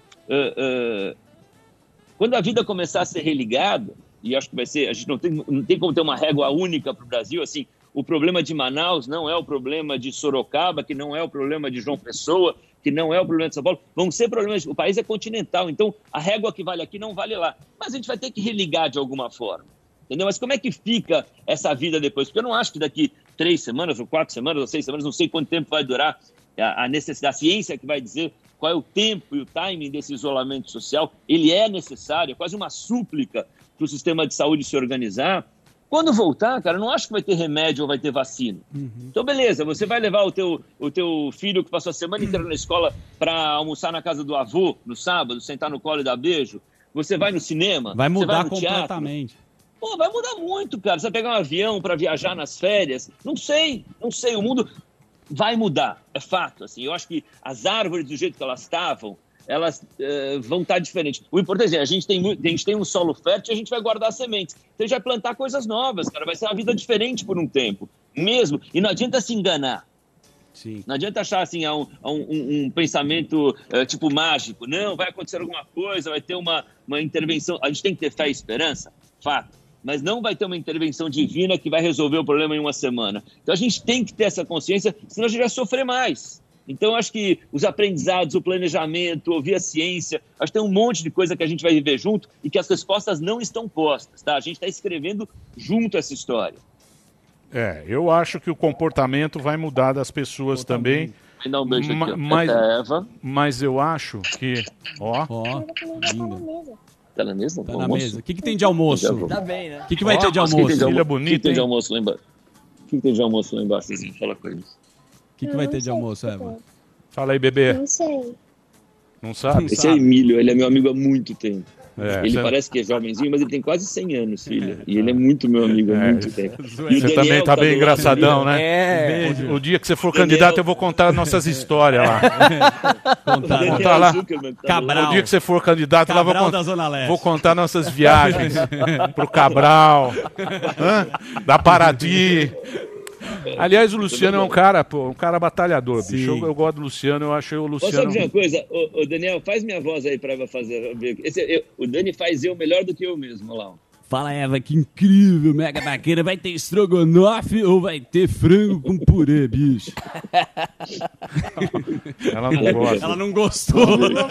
quando a vida começar a ser religada, e acho que vai ser, a gente não tem como ter uma régua única para o Brasil, assim, o problema de Manaus não é o problema de Sorocaba, que não é o problema de João Pessoa, que não é o problema de São Paulo, vão ser problemas, o país é continental, então a régua que vale aqui não vale lá. Mas a gente vai ter que religar de alguma forma, entendeu? Mas como é que fica essa vida depois? Porque eu não acho que daqui 3 semanas, ou 4 semanas, ou 6 semanas, não sei quanto tempo vai durar a necessidade, a ciência que vai dizer qual é o tempo e o timing desse isolamento social, ele é necessário, é quase uma súplica para o sistema de saúde se organizar. Quando voltar, cara, eu não acho que vai ter remédio ou vai ter vacina. Então, beleza, você vai levar o teu filho que passou a semana inteira na escola para almoçar na casa do avô no sábado, sentar no colo e dar beijo. Você vai no cinema. Vai mudar você vai no completamente. Teatro. Vai mudar muito, cara. Você vai pegar um avião para viajar nas férias. Não sei. O mundo vai mudar, é fato. Assim. Eu acho que as árvores, do jeito que elas estavam, elas vão estar diferentes. O importante é, a gente tem um solo fértil e a gente vai guardar sementes. Então a gente vai plantar coisas novas, cara. Vai ser uma vida diferente por um tempo, mesmo. E não adianta se enganar. Sim. Não adianta achar assim, um pensamento tipo mágico. Não, vai acontecer alguma coisa, vai ter uma intervenção. A gente tem que ter fé e esperança, fato. Mas não vai ter uma intervenção divina que vai resolver o problema em uma semana. Então a gente tem que ter essa consciência, senão a gente vai sofrer mais. Então, eu acho que os aprendizados, o planejamento, ouvir a ciência, acho que tem um monte de coisa que a gente vai viver junto e que as respostas não estão postas, tá? A gente está escrevendo junto essa história. Eu acho que o comportamento vai mudar das pessoas também. Vai dar um beijo aqui, mas eu acho que... Linda. Tá na mesa? Tá na mesa. O que tem de almoço? Tá bem, né? O que vai ter de almoço? Filha bonita, O que tem de almoço lá embaixo? O que tem de almoço lá embaixo? Vocês vão falar com eles. O que vai ter de almoço, Eva? Fala aí, bebê. Não sei. Não sabe? Esse é Emílio, ele é meu amigo há muito tempo. Ele você... parece que é jovenzinho, mas ele tem quase 100 anos, filha. E ele é muito meu amigo há muito tempo. Você também tá bem engraçadão, né? O dia que você for candidato, eu vou contar nossas histórias lá. Contar lá. Cabral. O dia que você for candidato, lá da Zona Leste. vou contar nossas viagens pro Cabral, da Paraty. Aliás, o Luciano é um cara batalhador, bicho. Eu gosto do Luciano, eu acho o Luciano... Posso dizer uma coisa? Ô, Daniel, faz minha voz aí pra Eva fazer. O Dani faz eu melhor do que eu mesmo, olha lá. Fala, Eva, que incrível, mega bacana. Vai ter estrogonofe ou vai ter frango com purê, bicho? Ela não gosta. Ela não gostou.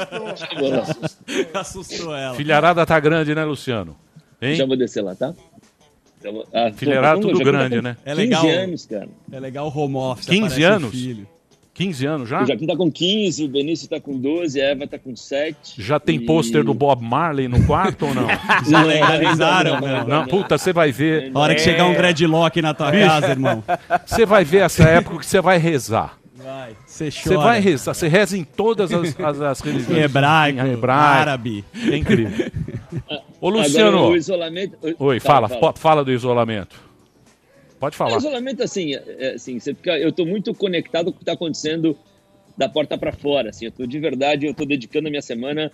Assustou ela. Filharada tá grande, né, Luciano? Hein? Já vou descer lá, tá? Filharada tudo grande, né? É legal. 15 anos, cara. É legal o home office. 15 anos? 15 anos já? O Joaquim tá com 15, o Benício tá com 12, a Eva tá com 7. Já tem pôster do Bob Marley no quarto ou não? Já legalizaram, não, puta, você vai ver. A hora que chegar um dreadlock na tua casa, irmão. Você vai ver essa época que você vai rezar. Você chora. Você vai rezar, você reza em todas as religiões. Hebraico, árabe. É incrível. Ô, Luciano. Agora, o isolamento... Oi, fala do isolamento. Pode falar. Isolamento, assim, eu estou muito conectado com o que está acontecendo da porta para fora. Assim, eu estou dedicando a minha semana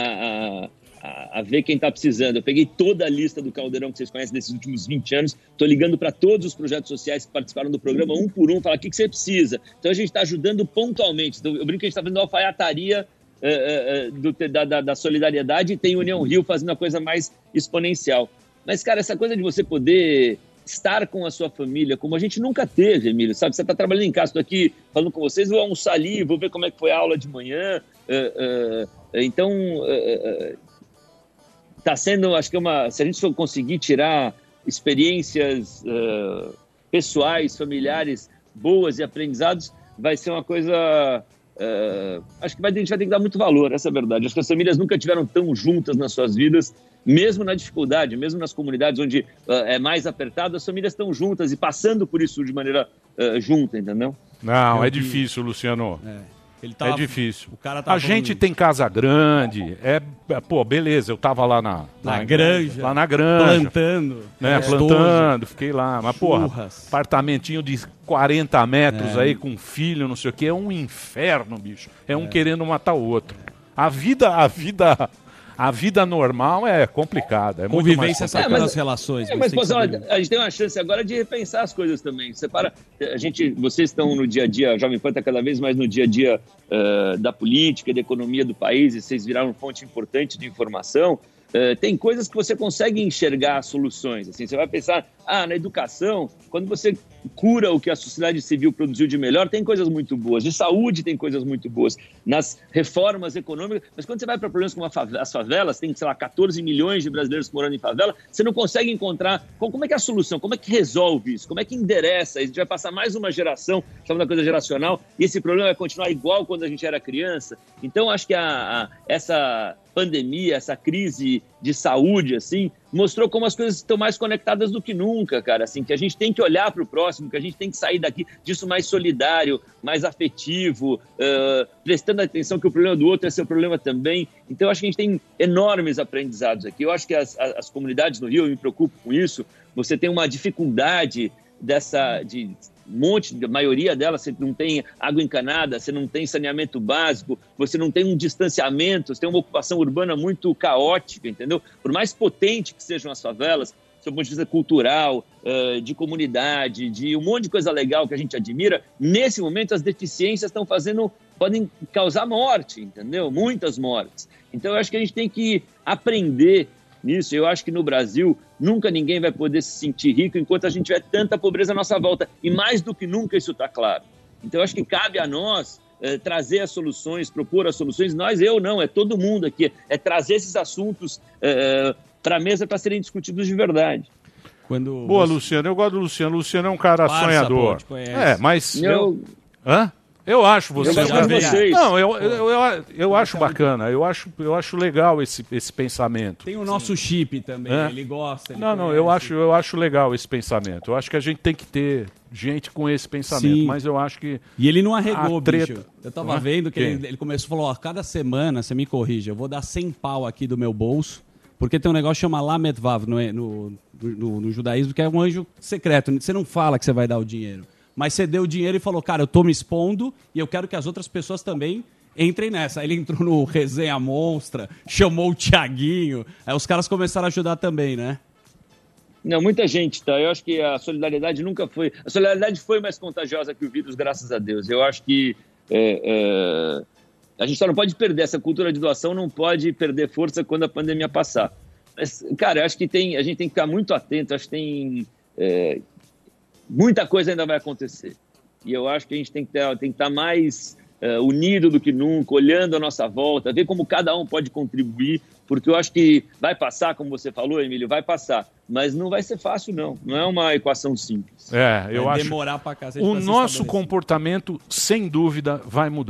a ver quem está precisando. Eu peguei toda a lista do Caldeirão que vocês conhecem desses últimos 20 anos, estou ligando para todos os projetos sociais que participaram do programa, um por um, falar o que você precisa. Então a gente está ajudando pontualmente. Então, eu brinco que a gente está fazendo uma alfaiataria da solidariedade, e tem União Rio fazendo a coisa mais exponencial. Mas, cara, essa coisa de você poder estar com a sua família, como a gente nunca teve, Emílio, sabe? Você está trabalhando em casa, estou aqui falando com vocês, vou almoçar ali, vou ver como é que foi a aula de manhã. Então, está sendo, acho que se a gente for conseguir tirar experiências pessoais, familiares, boas e aprendizados, vai ser uma coisa... acho que a gente vai ter que dar muito valor, essa é a verdade. Acho que as famílias nunca estiveram tão juntas nas suas vidas, mesmo na dificuldade, mesmo nas comunidades onde é mais apertado, as famílias estão juntas e passando por isso de maneira junta, entendeu? Não, é difícil, Luciano. É difícil. A gente tem casa grande, pô, beleza, eu tava lá na granja. Lá na granja. Plantando. Né, plantando, fiquei lá. Mas, porra, apartamentinho de 40 metros aí com filho, não sei o que, é um inferno, bicho. É um querendo matar o outro. A vida normal é complicada. Convivência pelas relações. Mas olha, a gente tem uma chance agora de repensar as coisas também. Vocês estão no dia a dia, a Jovem Pan está cada vez mais no dia a dia da política, da economia do país, e vocês viraram fonte importante de informação. Tem coisas que você consegue enxergar soluções. Assim, você vai pensar, na educação, quando você cura o que a sociedade civil produziu de melhor, tem coisas muito boas. De saúde tem coisas muito boas. Nas reformas econômicas, mas quando você vai para problemas como as favelas, tem, sei lá, 14 milhões de brasileiros morando em favela, você não consegue encontrar como é que é a solução, como é que resolve isso, como é que endereça. A gente vai passar mais uma geração, chamando da coisa geracional, e esse problema vai continuar igual quando a gente era criança. Então, acho que essa pandemia, essa crise de saúde, assim, mostrou como as coisas estão mais conectadas do que nunca, cara, assim, que a gente tem que olhar para o próximo, que a gente tem que sair disso mais solidário, mais afetivo, prestando atenção que o problema do outro é seu problema também. Então, eu acho que a gente tem enormes aprendizados aqui. Eu acho que as comunidades no Rio, eu me preocupo com isso, você tem uma dificuldade de a maioria delas, você não tem água encanada, você não tem saneamento básico, você não tem um distanciamento, você tem uma ocupação urbana muito caótica, entendeu? Por mais potente que sejam as favelas, do ponto de vista cultural, de comunidade, de um monte de coisa legal que a gente admira, nesse momento as deficiências podem causar morte, entendeu? Muitas mortes. Então eu acho que a gente tem que aprender nisso. Eu acho que no Brasil nunca ninguém vai poder se sentir rico enquanto a gente tiver tanta pobreza à nossa volta. E mais do que nunca isso está claro. Então eu acho que cabe a nós trazer as soluções, propor as soluções. É todo mundo aqui. É trazer esses assuntos para a mesa para serem discutidos de verdade. Boa, Luciano. Eu gosto do Luciano. O Luciano é um cara sonhador. Mas... Eu acho você. Eu acho bacana. Eu acho legal esse pensamento. Tem o nosso chip também. Ele gosta. Eu acho legal esse pensamento. Eu acho que a gente tem que ter gente com esse pensamento. Sim. Mas eu acho que. E ele não arregou, bicho. Eu tava vendo que ele começou e falou: cada semana, você me corrige, eu vou dar 100 pau aqui do meu bolso. Porque tem um negócio que chama Lamed Vav no judaísmo, que é um anjo secreto. Você não fala que você vai dar o dinheiro. Mas você deu o dinheiro e falou, cara, eu tô me expondo e eu quero que as outras pessoas também entrem nessa. Aí ele entrou no Resenha Monstra, chamou o Thiaguinho. Aí os caras começaram a ajudar também, né? Não, muita gente, tá? Eu acho que a solidariedade nunca foi... A solidariedade foi mais contagiosa que o vírus, graças a Deus. Eu acho que a gente só não pode perder. Essa cultura de doação não pode perder força quando a pandemia passar. Mas, cara, eu acho que a gente tem que ficar muito atento. Acho que tem... muita coisa ainda vai acontecer. E eu acho que a gente tem que estar mais unido do que nunca, olhando a nossa volta, ver como cada um pode contribuir, porque eu acho que vai passar, como você falou, Emílio, vai passar. Mas não vai ser fácil, não. Não é uma equação simples. Eu acho. Demorar pra cá. O nosso comportamento, sem dúvida, vai mudar.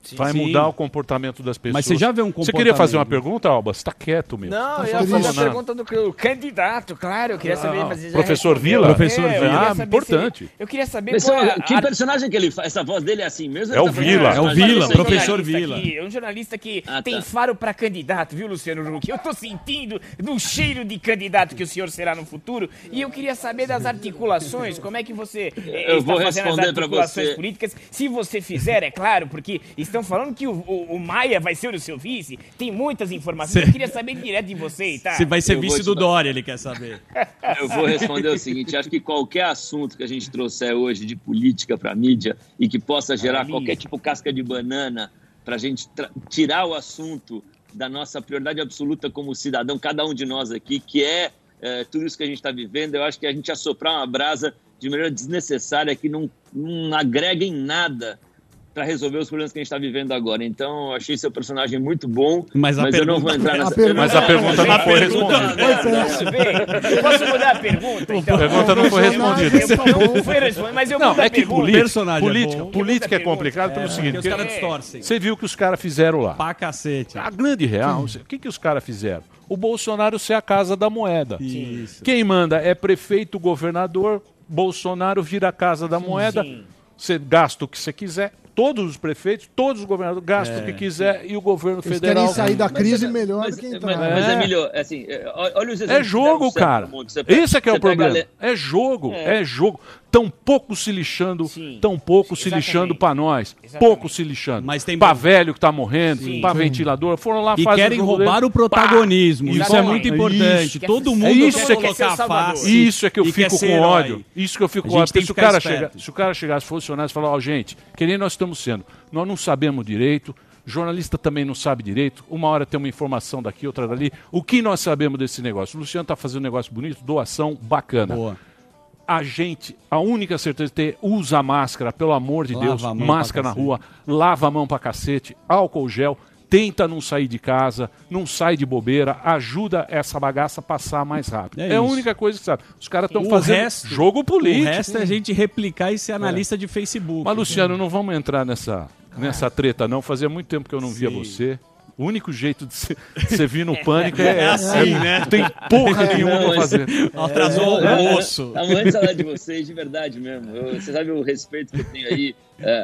Vai Sim. mudar o comportamento das pessoas. Mas você já vê um Você comportamento... queria fazer uma pergunta, Alba? Você tá quieto, meu. Não, eu Tá ia fazer a falando nada. pergunta do candidato, claro. Eu queria saber. Mas você já Professor respondeu. Vila? Professor eu Vila. queria Ah, saber importante. Eu queria saber Mas, qual é que personagem que ele faz? Essa voz dele é assim mesmo? É o Ele tá Vila. fazendo- É o Vila, um professor jornalista Vila. aqui, é um jornalista que Ah, tem tá. faro para candidato, viu, Luciano Huck? Eu tô sentindo no cheiro de candidato que o senhor será no futuro e eu queria saber das articulações, como é que você Eu está vou fazendo as responder pra articulações você. políticas, se você fizer, é claro, porque estão falando que o Maia vai ser o seu vice, tem muitas informações, eu queria saber direto de você, tá? Você vai ser Eu vou vice te do dar. Dória, ele quer saber. Eu vou responder o seguinte: acho que qualquer assunto que a gente trouxer hoje de política para a mídia e que possa gerar qualquer tipo casca de banana para a gente tirar o assunto da nossa prioridade absoluta como cidadão, cada um de nós aqui, que é tudo isso que a gente está vivendo, eu acho que a gente assoprar uma brasa de maneira desnecessária que não agrega em nada para resolver os problemas que a gente está vivendo agora. Então, eu achei seu personagem muito bom, Mas a eu não vou pergunta- entrar nessa... Mas a pergunta não foi respondida. Posso ver? Eu posso mudar a pergunta, então? A pergunta não foi respondida. Não foi respondida, mas eu Não, mudo a é que pergunta. Personagem é política bom. política é complicado pelo Porque seguinte. os caras porque distorcem. Você viu o que os caras fizeram lá. Pra cacete. A grande real, o que os caras fizeram? O Bolsonaro ser a casa da moeda. Isso. Quem manda é prefeito, governador, Bolsonaro vira a casa da moeda, você gasta o que você quiser, todos os prefeitos, todos os governadores gastam o que quiser e o governo Eles federal... querem sair da crise melhor do que entrar. Mas, Emílio, assim, olha os exemplos É que jogo, deram certo cara. no mundo. Você pega- Esse é que é você o problema. pega É jogo, é jogo. Tão pouco se lixando, tão pouco se Exatamente. lixando pra nós. Exatamente. Pouco se lixando. Mas tem pra bom. velho que tá morrendo, pra ventilador. Foram lá, E fazem querem o jogo roubar deles. o protagonismo. Isso é Exatamente. muito importante. Isso. Todo É mundo isso quer que é colocar ser Salvador. face. Isso é que eu e quer fico ser com herói. ódio. Isso que eu fico A com gente ódio. tem Porque que ficar esperto. se o cara chegasse, fosse honesto, e falar, ó, gente, que nem nós estamos sendo. Nós não sabemos direito, jornalista também não sabe direito, uma hora tem uma informação daqui, outra dali. O que nós sabemos desse negócio? O Luciano está fazendo um negócio bonito, doação bacana. Boa. A gente, a única certeza é ter, usa máscara, pelo amor de Lava Deus, a mão máscara pra na cacete. rua, lava a mão pra cacete, álcool gel, tenta não sair de casa, não sai de bobeira, ajuda essa bagaça a passar mais rápido. É É a isso. única coisa que sabe. Os caras estão O fazendo resto- jogo político. O resto é a gente replicar e ser analista de Facebook. Mas, Luciano, não vamos entrar nessa treta, não. Fazia muito tempo que eu não via Sim. você. O único jeito de você vir no Pânico é assim, né? Não tem porra nenhuma Não, pra fazer. Atrasou o almoço. Estava antes falar de vocês, de verdade mesmo. Você sabe o respeito que eu tenho aí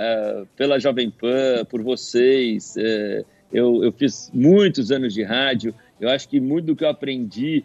pela Jovem Pan, por vocês. Eu fiz muitos anos de rádio. Eu acho que muito do que eu aprendi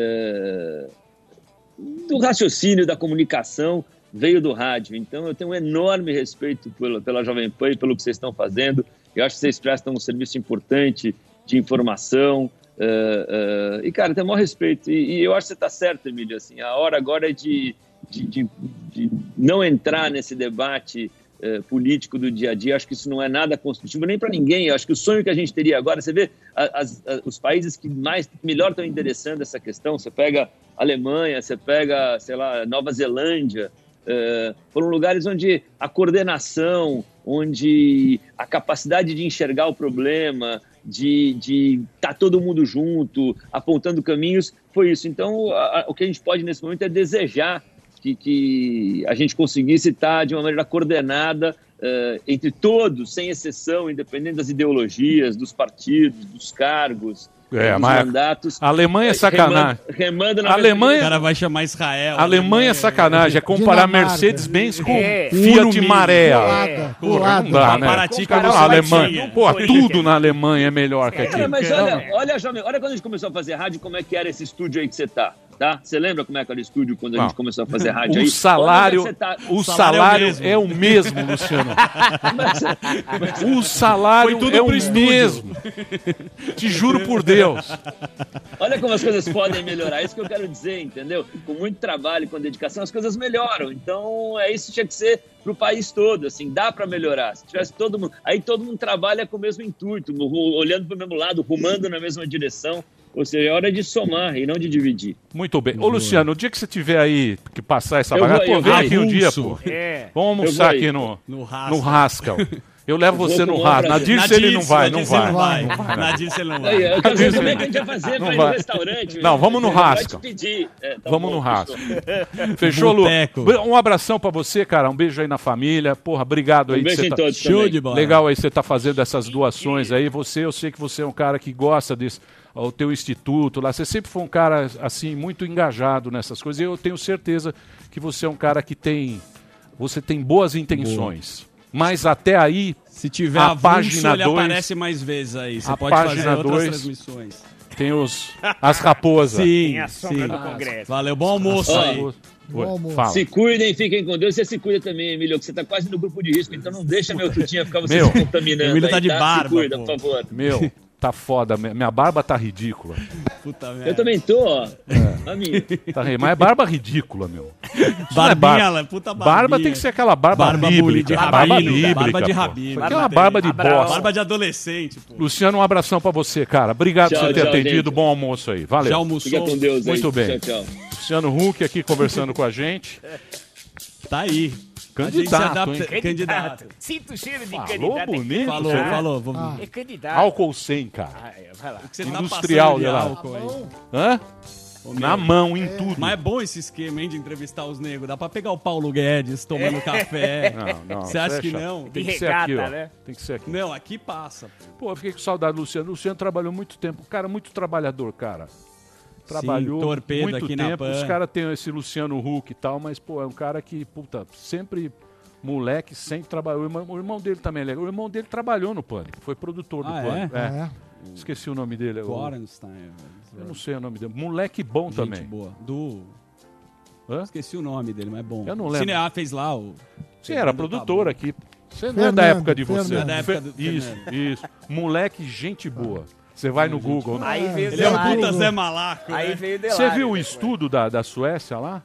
do raciocínio, da comunicação, veio do rádio. Então, eu tenho um enorme respeito pela Jovem Pan e pelo que vocês estão fazendo. Eu acho que vocês prestam um serviço importante de informação. E, cara, eu tenho o maior respeito. E eu acho que você está certo, Emílio. Assim, a hora agora é de não entrar nesse debate político do dia a dia. Eu acho que isso não é nada construtivo nem para ninguém. Eu acho que o sonho que a gente teria agora, você vê os países que melhor estão endereçando essa questão. Você pega a Alemanha, você pega, sei lá, Nova Zelândia. Foram lugares onde a coordenação, onde a capacidade de enxergar o problema, de estar todo mundo junto, apontando caminhos, foi isso. Então, o que a gente pode nesse momento é desejar que a gente conseguisse estar de uma maneira coordenada entre todos, sem exceção, independente das ideologias, dos partidos, dos cargos, dos mandatos. A Alemanha é sacanagem. Remando na A Alemanha, O cara vai chamar Israel. a Alemanha é sacanagem. É comparar Dinamarca. Mercedes-Benz com Fiat Fiat Maré. Bolada. Não dá, né? Paraty com Cara, a a Alemanha, Alemanha. pô, tudo na Alemanha é melhor que aqui. Cara, mas olha quando a gente começou a fazer rádio, como é que era esse estúdio aí que você tá? Você lembra como é que era o estúdio quando a gente começou a fazer rádio aí? O salário, Olha onde é que você tá. o salário é o mesmo, Luciano. O salário Foi tudo é o pro estúdio. mesmo. Te juro por Deus. Olha como as coisas podem melhorar, é isso que eu quero dizer, entendeu? Com muito trabalho, com dedicação, as coisas melhoram. Então, isso tinha que ser pro país todo, assim, dá para melhorar. Se tivesse todo mundo... Aí todo mundo trabalha com o mesmo intuito, olhando pro mesmo lado, rumando na mesma direção. Ou seja, é hora de somar e não de dividir. Muito bem. Ô, Luciano, o dia que você tiver aí que passar essa Eu bagaça, vou, pô, vem eu aqui um vou. dia, pô. É. Vamos almoçar Eu vou aqui aí. no No Haskell. Haskell. Eu levo você no Haas. Na Dirce ele não vai. Na Dirce ele não vai. Eu quero saber como é que a gente vai fazer pra ir no restaurante. Não, vamos no Haas. Vamos no Haas. Fechou, Lu? Um abração pra você, cara. Um beijo aí na família. Porra, obrigado aí. Um beijo em todos Show também. de bola. Legal aí você tá fazendo essas doações aí. Eu sei que você é um cara que gosta desse... O teu instituto lá, você sempre foi um cara assim muito engajado nessas coisas, e eu tenho certeza que você é um cara que você tem boas intenções. Mas até aí, se tiver a página ele 2 aparece mais vezes aí. Você a pode fazer página outras 2 transmissões. Tem as raposas. Sim, a sombra do Congresso. Valeu, bom almoço aí. Fala. Se cuidem, fiquem com Deus. Você se cuida também, Emílio, que você tá quase no grupo de risco, então não deixa meu tutinha ficar você Meu, se contaminando. Emílio tá aí, de barba, Se cuida, pô. por favor. Meu, tá foda. Minha barba tá ridícula. Puta merda. Eu também tô, ó. A minha. Mas é barba ridícula, meu. Barbinha, puta barbinha. Barba tem que ser aquela barba bíblica. de Barba rabino, bíblica. barba de pô. rabino. Aquela é uma barba de bosta. Barba de adolescente, pô. Luciano, um abração pra você, cara. Obrigado por você ter atendido. gente. Bom almoço aí. Valeu. Já almoçou? Fica com Deus aí. Muito bem. Tchau. Luciano Huck aqui conversando com a gente. Tá aí. Candidato, hein? Candidato. Sinto o cheiro de Falou candidato. bonito. Falou. É candidato. Álcool 100, cara. Vai lá. Você Industrial, tá passando de lá. álcool aí. Hã? Na mão, em tudo. Mas é bom esse esquema, hein, de entrevistar os negros. Dá pra pegar o Paulo Guedes tomando café. Não. Você acha que chato. não? Tem De que ser aqui, regata, ó. né? Tem que ser aqui. Não, aqui passa. Pô, eu fiquei com saudade do Luciano. O Luciano trabalhou muito tempo. Cara, muito trabalhador, cara. Trabalhou torpedo muito aqui na tempo. Pan. Os caras têm esse Luciano Huck e tal, mas, pô, é um cara que, puta, sempre... Moleque, sempre trabalhou. O irmão dele também é legal. O irmão dele trabalhou no Pânico. Foi produtor do Pânico. Esqueci o nome dele. Gorenstein. Eu não sei o nome dele. Moleque bom Gente também. boa. Hã? Esqueci o nome dele, mas é bom. Eu não lembro. Cinear fez lá o... Sim, era produtor Tabu. aqui. Você não é da época de você. Fernando. Da época do Isso. Moleque, gente boa. Você vai no Google. Né? Aí veio o Ele é o Delari. puta Zé Malaco. Aí né? veio o Delari. Você viu o estudo da Suécia lá?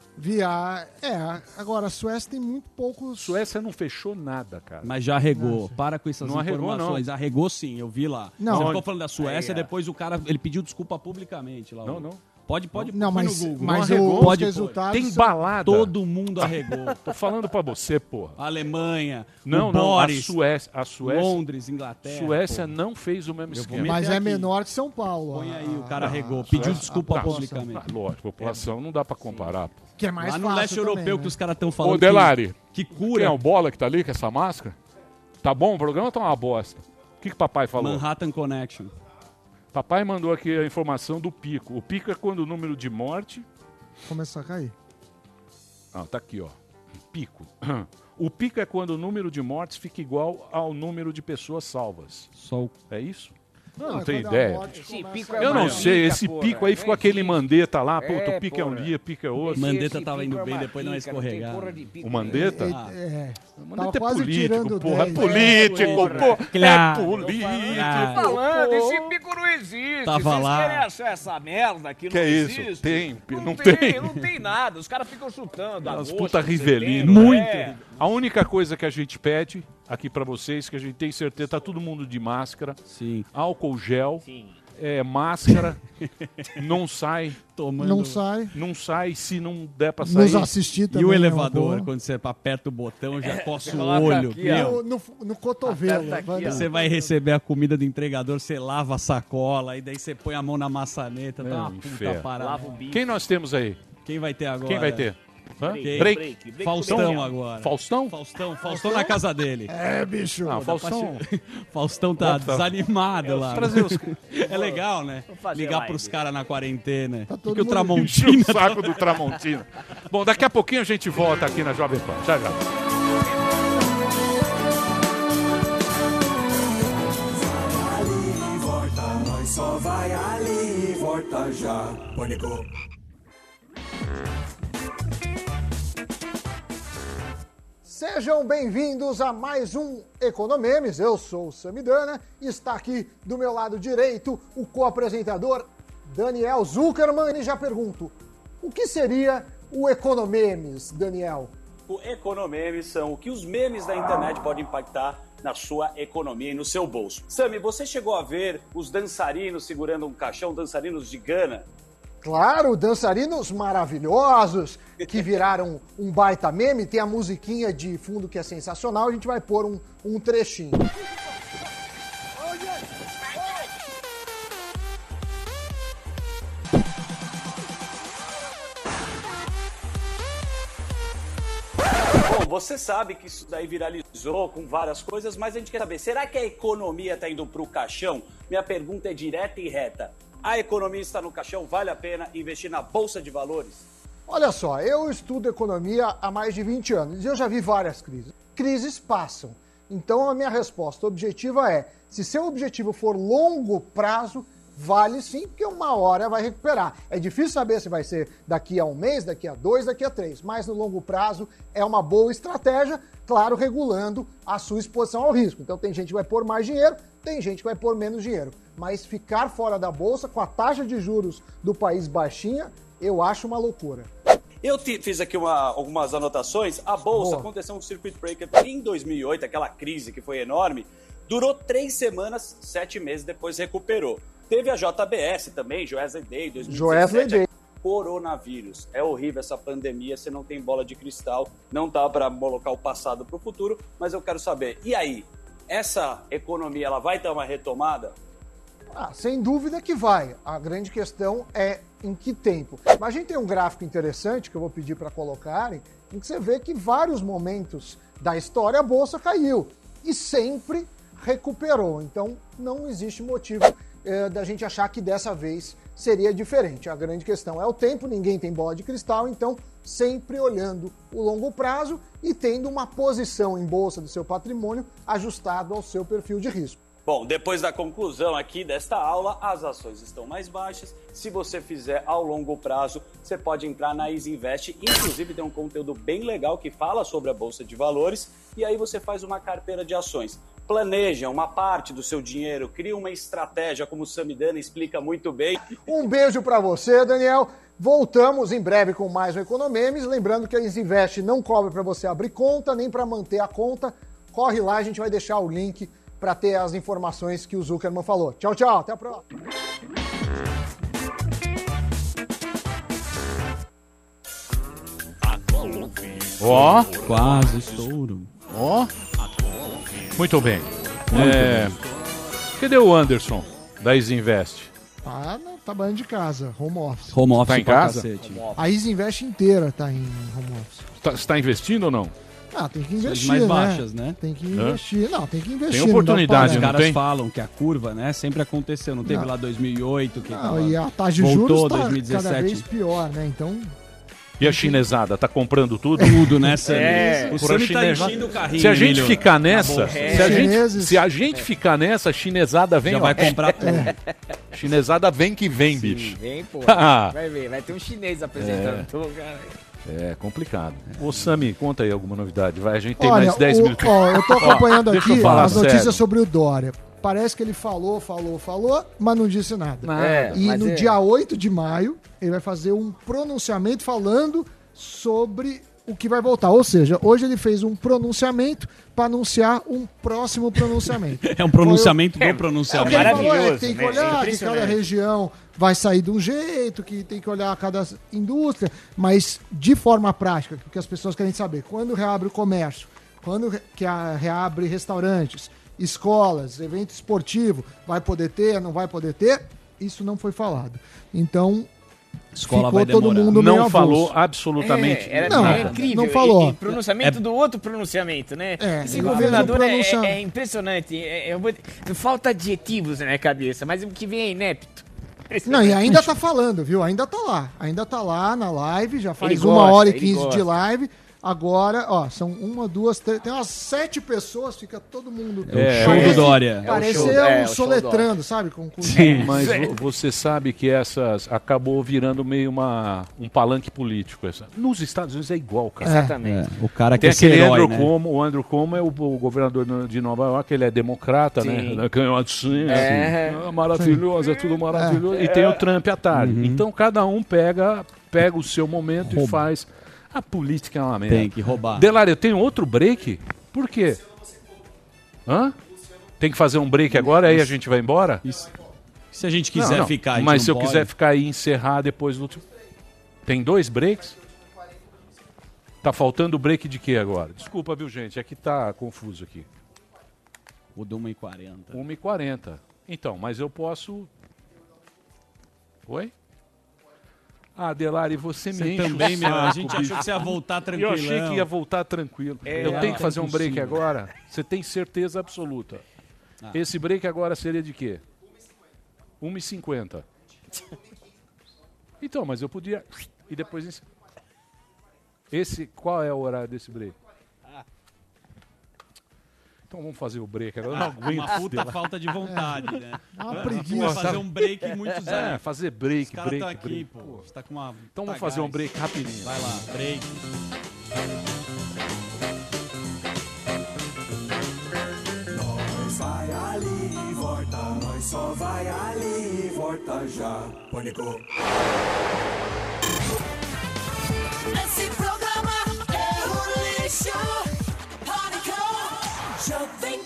Agora a Suécia tem muito poucos... Suécia não fechou nada, cara. Mas já arregou. Para com essas Não arregou, informações. Arregou sim, eu vi lá. Não. Você Onde? ficou falando da Suécia, depois o cara ele pediu desculpa publicamente lá. Não. Pode Não, põe mas, no Google. mas arregou. os Pode, resultados... Tem são- balada. Todo mundo arregou. Tô falando pra você, porra. A Alemanha, Não, o não. Boris, A Suécia Londres, Inglaterra. Suécia pô. não fez o mesmo Eu vou esquema. meter Mas é aqui. menor que São Paulo. Põe aí, o Ah, cara arregou. Pediu desculpa Tá, publicamente. lógico, população não dá pra comparar. Pô. que é mais Lá no fácil leste também, europeu né? que os caras estão falando Ô, Delari, que quem cura é o Bola que tá ali com essa máscara? Tá bom o programa ou tá uma bosta? O que papai falou? Manhattan Connection. Papai mandou aqui a informação do pico. O pico é quando o número de morte... Começar a cair. Ah, tá aqui, ó. Pico. O pico é quando o número de mortes fica igual ao número de pessoas salvas. Só o... É isso? Não, Não, é tenho quando a ideia. morte Esse começa pico a- é Eu não uma sei, zica, esse porra. pico aí ficou Não aquele existe. Mandetta lá, puta, o pico é um porra. dia, pico é outro. Mandetta Esse tava pico indo é bem, uma depois não vai zica, tem escorregar. porra de pico. O Mandetta? O Mandetta Tava é quase político, tirando porra. É 10. político, pô. Claro. É político. Falando, esse pico não existe. Tava Vocês lá. querem achar essa merda que Que não é isso? existe? Tem, Não não tem, tem. não tem nada. Os caras ficam chutando. As agosto, puta rivelino. setembro, Muito. é. A única coisa que a gente pede aqui pra vocês, que a gente tem certeza, tá todo mundo de máscara, Sim. álcool gel, Sim. máscara, não sai, Tomando... Não sai. se não der pra sair. Nos assistir também. E o é uma elevador, boa. quando você aperta o botão, já coça o coloca olho. aqui, Meu, No cotovelo. Aperta aqui, vai- ó. você vai receber a comida do entregador, você lava a sacola, e daí você põe a mão na maçaneta, dá uma puta inferno. parada. Lava o bico. Quem nós temos aí? Quem vai ter agora? Quem vai ter? Hã? Quem? Break. Faustão agora. Faustão? Faustão na casa dele. É, bicho. Ah, Faustão. Faustão tá Opa. desanimado lá. Trazer os... É legal, né? fazer Ligar live. pros caras na quarentena. todo Porque o mundo Tramontina... Enche o saco do Tramontina. Bom, daqui a pouquinho a gente volta aqui na Jovem Pan. Já. Ali, volta, nós só vai ali, volta já. Pânico. Sejam bem-vindos a mais um Economemes. Eu sou o Samidana e está aqui do meu lado direito o co-apresentador Daniel Zuckerman. E já pergunto, o que seria o Economemes, Daniel? O Economemes são o que os memes da internet podem impactar na sua economia e no seu bolso. Sami, você chegou a ver os dançarinos segurando um caixão, dançarinos de Gana? Claro, dançarinos maravilhosos que viraram um baita meme. Tem a musiquinha de fundo que é sensacional. A gente vai pôr um trechinho. Bom, você sabe que isso daí viralizou com várias coisas, mas a gente quer saber, será que a economia está indo para o caixão? Minha pergunta é direta e reta. A economia está no caixão, vale a pena investir na Bolsa de Valores? Olha só, eu estudo economia há mais de 20 anos e eu já vi várias crises. Crises passam. Então a minha resposta objetiva é, se seu objetivo for longo prazo, vale sim, porque uma hora vai recuperar. É difícil saber se vai ser daqui a um mês, daqui a 2, daqui a 3, mas no longo prazo é uma boa estratégia, claro, regulando a sua exposição ao risco. Então tem gente que vai pôr mais dinheiro, tem gente que vai pôr menos dinheiro. Mas ficar fora da Bolsa, com a taxa de juros do país baixinha, eu acho uma loucura. Eu fiz aqui algumas anotações. A Bolsa aconteceu um circuit breaker em 2008, aquela crise que foi enorme. Durou 3 semanas, 7 meses, depois recuperou. Teve a JBS também, Joesley Day, 2017. Coronavírus. É horrível essa pandemia, você não tem bola de cristal, não dá para colocar o passado para o futuro, mas eu quero saber, e aí? Essa economia, ela vai ter uma retomada? Sem dúvida que vai. A grande questão é em que tempo. Mas a gente tem um gráfico interessante que eu vou pedir para colocarem, em que você vê que vários momentos da história a Bolsa caiu e sempre recuperou. Então não existe motivo da gente achar que dessa vez seria diferente. A grande questão é o tempo, ninguém tem bola de cristal, então sempre olhando o longo prazo e tendo uma posição em bolsa do seu patrimônio ajustado ao seu perfil de risco. Bom, depois da conclusão aqui desta aula, as ações estão mais baixas. Se você fizer ao longo prazo, você pode entrar na Easy Invest. Inclusive tem um conteúdo bem legal que fala sobre a Bolsa de Valores e aí você faz uma carteira de ações. Planeja uma parte do seu dinheiro, cria uma estratégia, como o Samidana explica muito bem. Um beijo para você, Daniel. Voltamos em breve com mais um Economemes. Lembrando que a Easy Invest não cobra para você abrir conta, nem para manter a conta. Corre lá, a gente vai deixar o link para ter as informações que o Zuckerman falou. Tchau, tchau. Até a próxima. Ó. Quase estouro. Ó. Muito bem. Cadê o Anderson da Easy Invest? Tá trabalhando de casa, home office. Home office tá em casa? Cacete. A Easy Invest inteira tá em home office. Você está investindo ou não? Tem que investir, mais baixas, né? Tem que investir. Não, tem que investir. Tem oportunidade, Os não caras tem? falam que a curva, né, sempre aconteceu. Não teve lá 2008, que e a taxa de juros voltou tá 2017. cada vez pior, né? Então... E a chinesada, tá comprando tudo? Tudo, né, Sammy? É. O Sammy tá enchendo o carrinho. Se a gente Emílio, ficar nessa, na se a gente ficar nessa, a chinesada vem. Já vai comprar tudo. Chinesada vem que vem, bicho. Vem, pô. Vai ver, vai ter um chinês apresentando tudo, cara. É complicado. Ô, Sami, conta aí alguma novidade. Vai, a gente tem mais 10 minutos. Eu tô acompanhando deixa eu aqui falar as notícias sério. sobre o Dória. Parece que ele falou, mas não disse nada. E no mas dia 8 de maio, ele vai fazer um pronunciamento falando sobre o que vai voltar. Ou seja, hoje ele fez um pronunciamento para anunciar um próximo pronunciamento. É um pronunciamento do pronunciamento. Ele falou, Maravilhoso, tem que né? olhar que cada região vai sair de um jeito, que tem que olhar cada indústria, mas de forma prática, o que as pessoas querem saber, quando reabre o comércio, quando reabre restaurantes, escolas, evento esportivo, vai poder ter, não vai poder ter, isso não foi falado. Então, Escola ficou vai todo demorar. mundo meio Não avulso. falou absolutamente Não, nada. incrível. não falou. E pronunciamento do outro pronunciamento, né? Esse ele governador fez um pronunciamento. é impressionante. Falta adjetivos na minha cabeça, mas o que vem é inepto. Não, e ainda tá falando, viu? Ainda tá lá na live, já faz Ele 1 gosta, hora e ele 15 gosta. de live. Agora, são 1, 2, 3, tem umas 7 pessoas, fica todo mundo... É o show do Dória. Parece o show soletrando, sabe? Com Sim, mas você sabe que essas acabou virando meio um palanque político. Nos Estados Unidos é igual, cara. Exatamente. O cara Tem quer ser aquele herói, Andrew né? Cuomo, o Andrew Cuomo é o governador de Nova York, ele é democrata, Sim. né? Canhotinho, É. assim, maravilhoso, é tudo maravilhoso. E tem o Trump à tarde. Então cada um pega o seu momento e faz. A política é uma merda. Tem que roubar. Delário, eu tenho outro break? Por quê? Hã? Tem que fazer um break agora, aí a gente vai embora? Isso. Se a gente quiser ficar, a gente mas não se eu pode? quiser ficar e encerrar depois do último... Tem 2 breaks? Tá faltando break de quê agora? Desculpa, viu, gente? Aqui tá confuso aqui. O do 1h40. 1h40. Então, mas eu posso... Oi? Ah, Delari, você me enche também, o meu. A saco, gente bicho. achou que você ia voltar tranquilão. Eu achei que ia voltar tranquilo. Eu tenho que fazer um break agora? Você tem certeza absoluta? Esse break agora seria de quê? 1h50. Então, mas eu podia... E depois... Qual é o horário desse break? Então vamos fazer o break. Eu não aguento. Uma puta falta de vontade, né? Uma Vai preguiça. fazer um break muito zero. Fazer break, Os caras break, estão aqui, break. pô. Você tá com uma... Então vamos fazer um break rapidinho. Vai lá, break. Nós vai ali e volta, nós só vai ali e volta já. Pânico. Esse programa é um lixo. Pânico, Jovem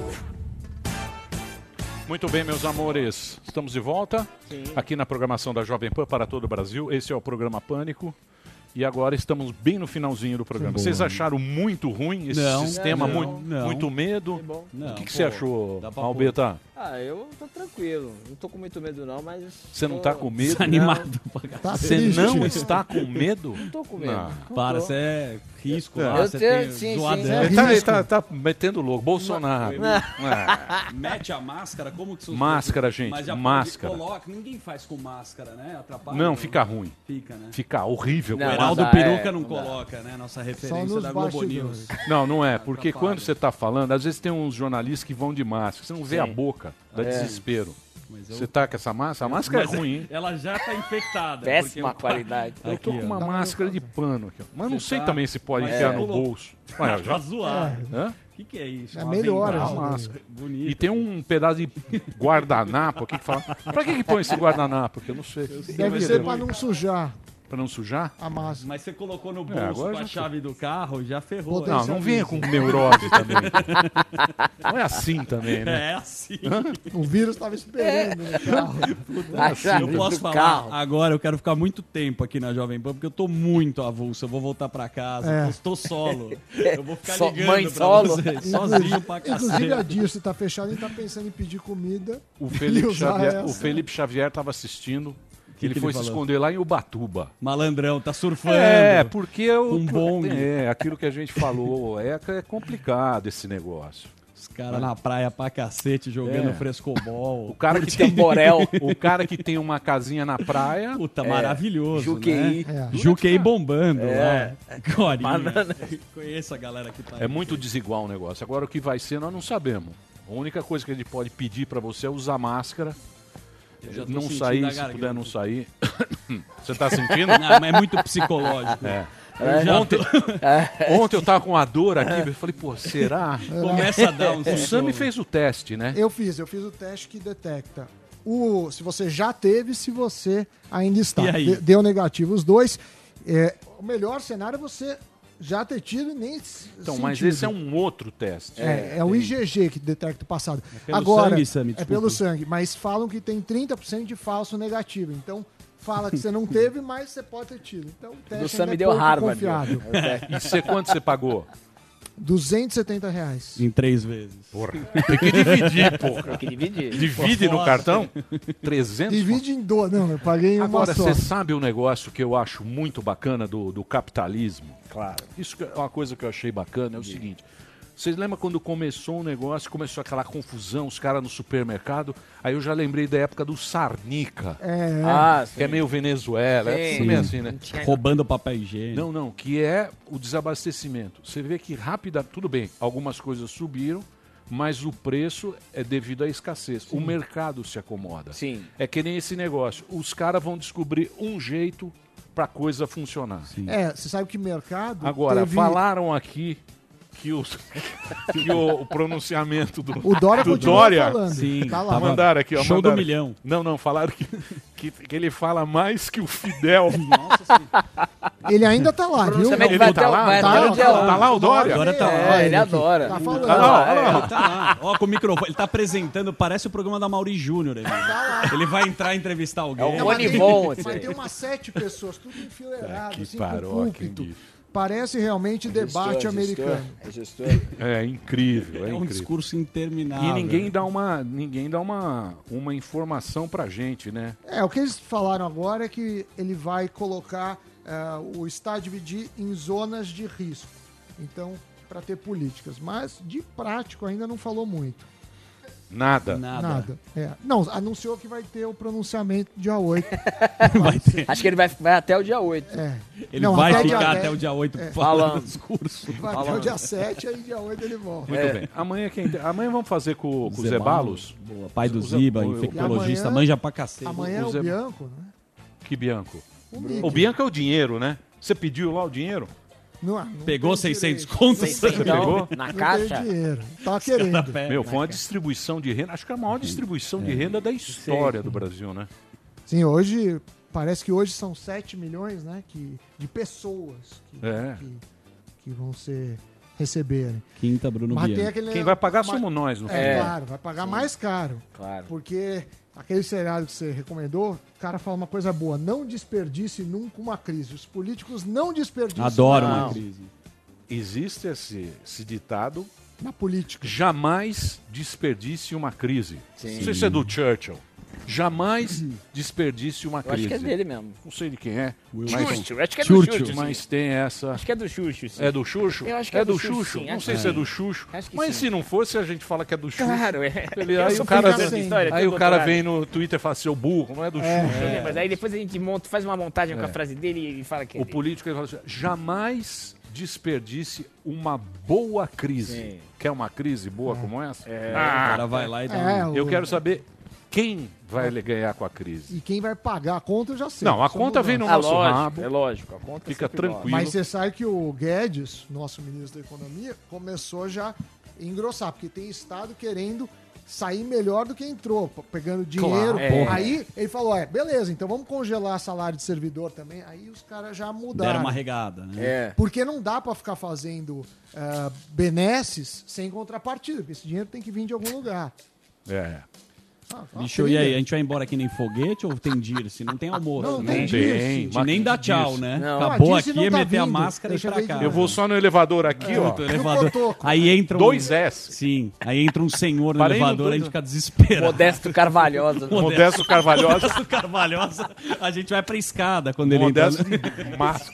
Pan. Muito bem, meus amores. Estamos de volta aqui na programação da Jovem Pan para todo o Brasil. Esse é o programa Pânico. E agora estamos bem no finalzinho do programa. Vocês acharam muito ruim esse sistema? Muito medo? Não, O que você achou, dá pra Albeta? Eu tô tranquilo. Não tô com muito medo, não, mas. Você não tá com medo? Desanimado. Tá Você triste. não está com medo? Não tô com medo. Não. Não Para, tô. você é risco É. lá, Eu você tenho- tem sim, zoadão. sim. Ele tá metendo louco. Bolsonaro. Mete a máscara, como que isso... Máscara, gente, Mas já máscara. Coloca, ninguém faz com máscara, né? Atrapalha. Não, fica ruim. Fica, né? Fica horrível. Não, O com Heraldo mas, Peruca não não dá. coloca, né? Nossa Só referência nos da Globo bastidores. News. Não é, porque atrapalha. quando você está falando, às vezes tem uns jornalistas que vão de máscara, você não vê Sim. a boca, dá desespero. Mas eu- Você tá com essa máscara? A máscara Mas é ruim, hein? Ela já tá infectada. Péssima porque qualidade. Eu tô Aqui, com ó. uma máscara de pano aqui, ó. Mas não Você sei tá- também se pode Mas enfiar é, no pulou. bolso. Olha, Pra já... zoar. Hã? O que é isso? É Uma melhor, avental? essa daí. máscara. Bonito. E tem um pedaço de guardanapo aqui que fala. Pra que põe esse guardanapo? Porque eu não sei. Deve ser pra não sujar Pra não sujar? a massa. Mas você colocou no bolso agora com a já chave do carro, já ferrou. Puta, né? Não, não venha com neurose também. Não é assim também, né? É assim. O vírus tava esperando no carro. A chave Eu posso do falar carro. agora, eu quero ficar muito tempo aqui na Jovem Pan, porque eu tô muito avulso. Eu vou voltar pra casa, É. eu estou solo. Eu vou ficar ligando Mãe pra solo. vocês, sozinho pra Inclusive a cacete. Dirce tá fechada e tá pensando em pedir comida. O E Felipe usar Xavier, essa. o Felipe Xavier estava assistindo. Ele que foi ele se falou? esconder lá em Ubatuba. Malandrão, tá surfando. É, porque Um bong. aquilo que a gente falou, é complicado esse negócio. Os caras na praia pra cacete, jogando É. frescobol. O cara que tem Tamborel. o cara que tem uma casinha na praia, Puta, maravilhoso, Juqueí. né? É. Juquei bombando É. lá. Corinha. Banana. Conheço a galera que tá aí. é muito desigual o negócio. Agora o que vai ser nós não sabemos. A única coisa que a gente pode pedir pra você é usar máscara. Eu já tô Não sentindo a sair, se garganta. puder não sair. Você tá sentindo? Não, mas é muito psicológico. É. Eu já Ontem eu tava com a dor aqui, eu falei, pô, será? começa a dar um O Sami fez o teste, né? Eu fiz o teste que detecta se você já teve, se você ainda está. E aí? Deu negativo os dois. O melhor cenário é você já ter tido e nem Então, mas sentido. esse é um outro teste. É o IgG que detecta o passado. pelo Agora, sangue, Sami, é desculpa. pelo sangue, mas falam que tem 30% de falso negativo. Então, fala que você não teve, mas você pode ter tido. Então, o Do teste Sami ainda é deu pouco Harvard. confiável. E você, quanto você pagou? R$270. Em 3 vezes. Porra, tem que dividir, porra. Tem que dividir. Divide no cartão? 300? Divide em duas. Não, eu paguei em uma Agora, só. você sabe um negócio que eu acho muito bacana do capitalismo? Claro. Isso é uma coisa que eu achei bacana, é o seguinte. Vocês lembram quando começou o negócio, começou aquela confusão, os caras no supermercado? Aí eu já lembrei da época do Sarnica, Ah, que é meio Venezuela, é tudo meio assim, né? Roubando papel higiênico. Não, que é o desabastecimento. Você vê que tudo bem, algumas coisas subiram, mas o preço é devido à escassez. O mercado se acomoda. Sim. É que nem esse negócio. Os caras vão descobrir um jeito pra coisa funcionar. Você sabe que mercado. Agora, teve... falaram aqui que, o pronunciamento do, O Dória do continua Dória. falando. Sim, Tá lá. Mandaram aqui, ó. Show mandaram. do milhão. Não, falaram que ele fala mais que o Fidel. Nossa senhora. Ele ainda tá lá, viu? Pronunciamento Ele vai tá até o- lá? vai até Tá o dia lá? Tá lá o Dória? Agora tá lá. É, ele adora. Tá falando. Tá lá, olha lá. Ele tá lá. Ó, com o microfone. Ele tá apresentando, parece o programa da Mauri Júnior. Ele vai entrar e entrevistar alguém. É o Não, mas Rony tem- Von. Mas tem umas 7 pessoas, tudo enfileirado, Que assim, com paróquia, púlpito. bicho. Parece realmente debate americano. É incrível, É um incrível. discurso interminável. E ninguém dá uma informação pra gente, né? O que eles falaram agora é que ele vai colocar o Estado dividir em zonas de risco. Então, para ter políticas. Mas, de prático, ainda não falou muito. Nada. Nada. Não, anunciou que vai ter o pronunciamento dia 8. Acho que ele vai até o dia 8. Ele Não, vai até ficar dia até 10. o dia 8 Falando. falando discurso. Vai até o dia 7, aí dia 8 ele volta. Muito bem. Amanhã vamos fazer com o Zé Balos. Boa, pai do O Zé- Ziba, o- infectologista, amanhã- manja pra cacete. Amanhã é o o Zé- Bianco, né? Que Bianco? Mickey. O Bianco é o dinheiro, né? Você pediu lá o dinheiro? Não Pegou tem 600 direito. contos? Você pegou? Na Não caixa. tem dinheiro. Tá querendo. Meu, foi uma distribuição de renda. Acho que é a maior distribuição de renda da história do Brasil, né? Sim, hoje, parece que hoje são 7 milhões, né, de pessoas que vão receberem. Quinta, Bruno Mas tem Bianco. aquele... Quem vai pagar somos nós, no É, final. claro, vai pagar mais caro. Claro. Porque aquele seriado que você recomendou, o cara fala uma coisa boa, não desperdice nunca uma crise. Os políticos não desperdiçam Adoro uma uma crise crise. Existe esse ditado: na política. jamais desperdice uma crise. Sim. Não sei se é do Churchill. Jamais desperdice uma Eu crise. acho que é dele mesmo. Não sei de quem é. Churchill. Acho que é do Churchill. Churchill. sim. Mas tem essa. Acho que é do Churchill, sim. É do Xuxo? Eu acho que é do do Xuxo, Xuxo. sim, Não acho sei que se é sim. do Xuxo. Acho que Mas sim. se não fosse, a gente fala que é do Xuxo. Claro, é. Ele, Eu aí sou o cara, professor de história, aí tenho o cara doutorado. vem no Twitter e fala seu burro, não é do Xuxo. Mas aí depois a gente faz uma montagem com a frase dele e fala que é O dele. político ele fala assim, jamais desperdice uma boa crise. Sim. Quer uma crise boa como essa? O cara vai lá e dá Eu quero saber quem vai ganhar com a crise. E quem vai pagar a conta eu já sei. Não, a Somos conta vem no nós. nosso rabo. É lógico. A conta Fica sempre volta. tranquilo. Mas você sabe que o Guedes, nosso ministro da Economia, começou já a engrossar, porque tem estado querendo sair melhor do que entrou, pegando dinheiro. Claro, Aí ele falou, beleza, então vamos congelar salário de servidor também. Aí os caras já mudaram. Deram uma regada, né? É. Porque não dá pra ficar fazendo benesses sem contrapartida, porque esse dinheiro tem que vir de algum lugar. É. Bicho, e aí? A gente vai embora aqui nem foguete ou tem Dirce? Não tem almoço, Não, né? tem Não Dirce. tem. A gente nem dá tchau, Dirce. né? Não. Acabou Ah, Dirce aqui, não tá meter a vindo. máscara e ir Deixa eu pra ver cá. de Eu vou só no elevador aqui, ó. No elevador. Cotoco. Aí entra um... 2S. Sim, aí entra um senhor no Parei no elevador, a dois- gente fica desesperado. Modesto Carvalhosa. Modesto Carvalhosa. Modesto Carvalhosa, a gente vai pra escada quando ele Modesto entra. Masco.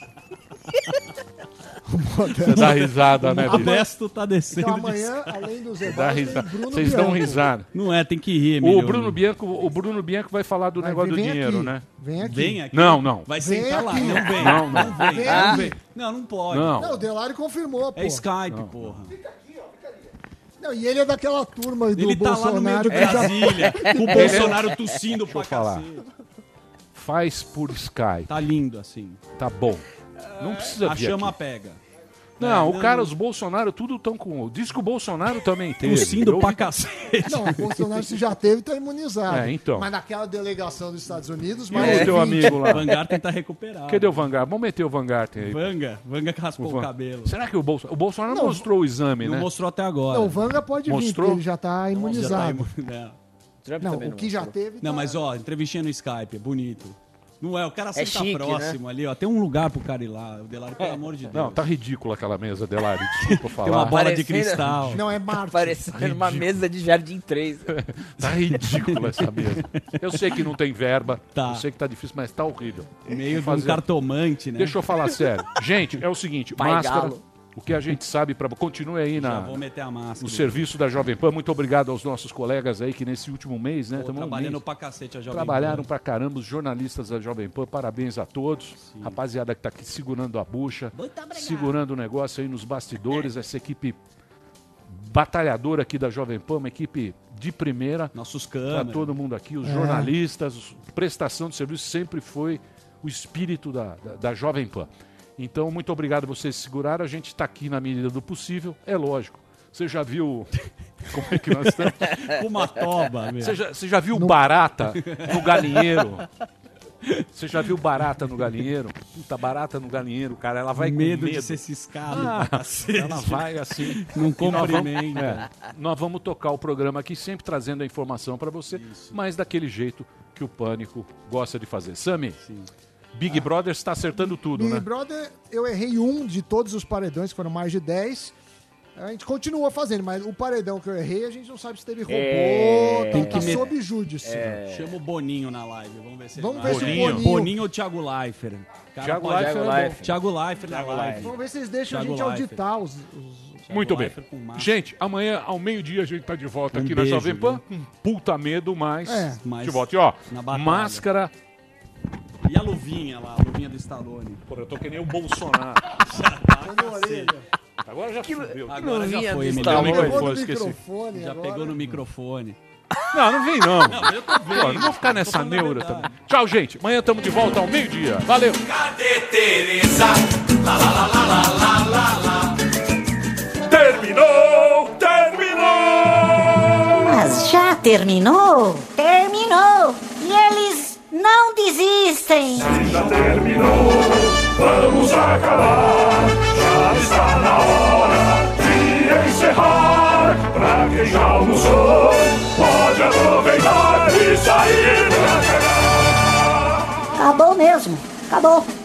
Você dá risada, né, O bicho? Modesto tá descendo Então de amanhã, além dos Dá eventos, tem risada. Bruno Vocês dão Bianco. risada. Não é, tem que rir, Emílio. O Bruno Bianco vai falar do negócio do vem dinheiro, aqui, né? Vem aqui. Vem aqui. Não. Vai Vem sentar lá. aqui. Não vem. Não. Não vem. Vem Não aqui. vem. Não pode. Não. Não, o Delari confirmou, pô. É Skype, porra. Não, e ele é daquela turma do Ele tá lá no meio Bolsonaro de que já... Brasília, com o Bolsonaro tossindo pra falar. cacete. Faz por Skype. Tá lindo assim. Tá bom. Não precisa A vir chama aqui. pega. Não, o cara, os Bolsonaro, tudo estão com... Diz que o Bolsonaro também teve. Tossindo Eu- pra cacete. Não, o Bolsonaro se já teve, tá imunizado. É, então. Mas naquela delegação dos Estados Unidos, E mais o teu 20. amigo lá? Van Garten tá recuperado. Cadê o Van Garten? Vamos meter o Van Garten aí. Vanga que raspou o cabelo. Será que o Bolsonaro não Não, mostrou o exame, Não né? mostrou até agora. Não, o Vanga pode vir, Mostrou? porque ele já tá imunizado. Não. Trump Não, também o que já mostrou. teve... Não, tá- mas ó, entrevistinha no Skype, é bonito. Não é, o cara senta chique, próximo ali, ó. Tem um lugar pro cara ir lá. O Delari, pelo amor de Deus. Não, tá ridícula aquela mesa, Delari. Desculpa Tem uma falar. bola de Parecendo- cristal. Não, é Marte. Parecendo uma mesa de Jardim 3. Tá ridícula essa mesa. Eu sei que não tem verba. Tá. Eu sei que tá difícil, mas tá horrível. Meio de Fazer- um cartomante, né? Deixa eu falar sério. Gente, é o seguinte, Pai máscara, Galo. o que a gente sabe, continue aí Já vou meter a máscara. no serviço da Jovem Pan. Muito obrigado aos nossos colegas aí que nesse último mês, né? Pô, tamo um trabalhando mês, pra cacete a Jovem trabalharam Pan. pra caramba os jornalistas da Jovem Pan. Parabéns a todos. Rapaziada que tá aqui segurando a bucha, segurando o negócio aí nos bastidores. Essa equipe batalhadora aqui da Jovem Pan, uma equipe de primeira. Nossos Para câmeras. todo mundo aqui, os jornalistas, prestação de serviço sempre foi o espírito da Jovem Pan. Então, muito obrigado a vocês que seguraram. A gente está aqui na medida do possível, é lógico. Você já viu como é que nós estamos? Com uma toba, meu. Você já viu barata no galinheiro? Você já viu barata no galinheiro? Puta, barata no galinheiro, cara. Ela vai Medo com medo. de ser ciscado. Ela vai assim. Não E cumprimenta. nós vamos tocar o programa aqui sempre trazendo a informação pra você, mas daquele jeito que o Pânico gosta de fazer. Sami, Big Brother está acertando tudo, Big né? Brother, eu errei um de todos os paredões, que foram mais de 10. A gente continua fazendo, mas o paredão que eu errei, a gente não sabe se teve robô, Tem tá que sob júdice. Chama o Boninho na live. Vamos ver se Vamos ele ver vai. se o Boninho- Boninho ou Thiago Leifert? Cara, Thiago pode- Leifert é bom. Thiago Leifert na live. Vamos ver se eles deixam Thiago a gente Leifert. auditar os Muito bem. Leifert com máscara. Gente, amanhã ao meio-dia a gente tá de volta Um aqui beijo, na Jovem Pan. Com puta medo, mas Mas de volta. E ó, na batalha. máscara. E a luvinha lá, a luvinha do Stallone. Porra, eu tô que nem o Bolsonaro. Agora já fudeu. Agora já luvinha foi, do Emílio. Stallone. Pegou no Pegou no esqueci. microfone Já agora. pegou no microfone. Não vem não. Eu tô vendo. Pô, não vou ficar nessa falando a neura verdade. também. Tchau, gente. Amanhã estamos de volta ao meio-dia. Valeu. Cadê Tereza? Lá, lá, lá, lá, lá, lá, lá, lá. Terminou! Mas já terminou? Terminou! E eles não desistem! Já terminou, vamos acabar. Já está na hora de encerrar. Pra quem já almoçou, pode aproveitar e sair pra cagar. Acabou mesmo! Acabou!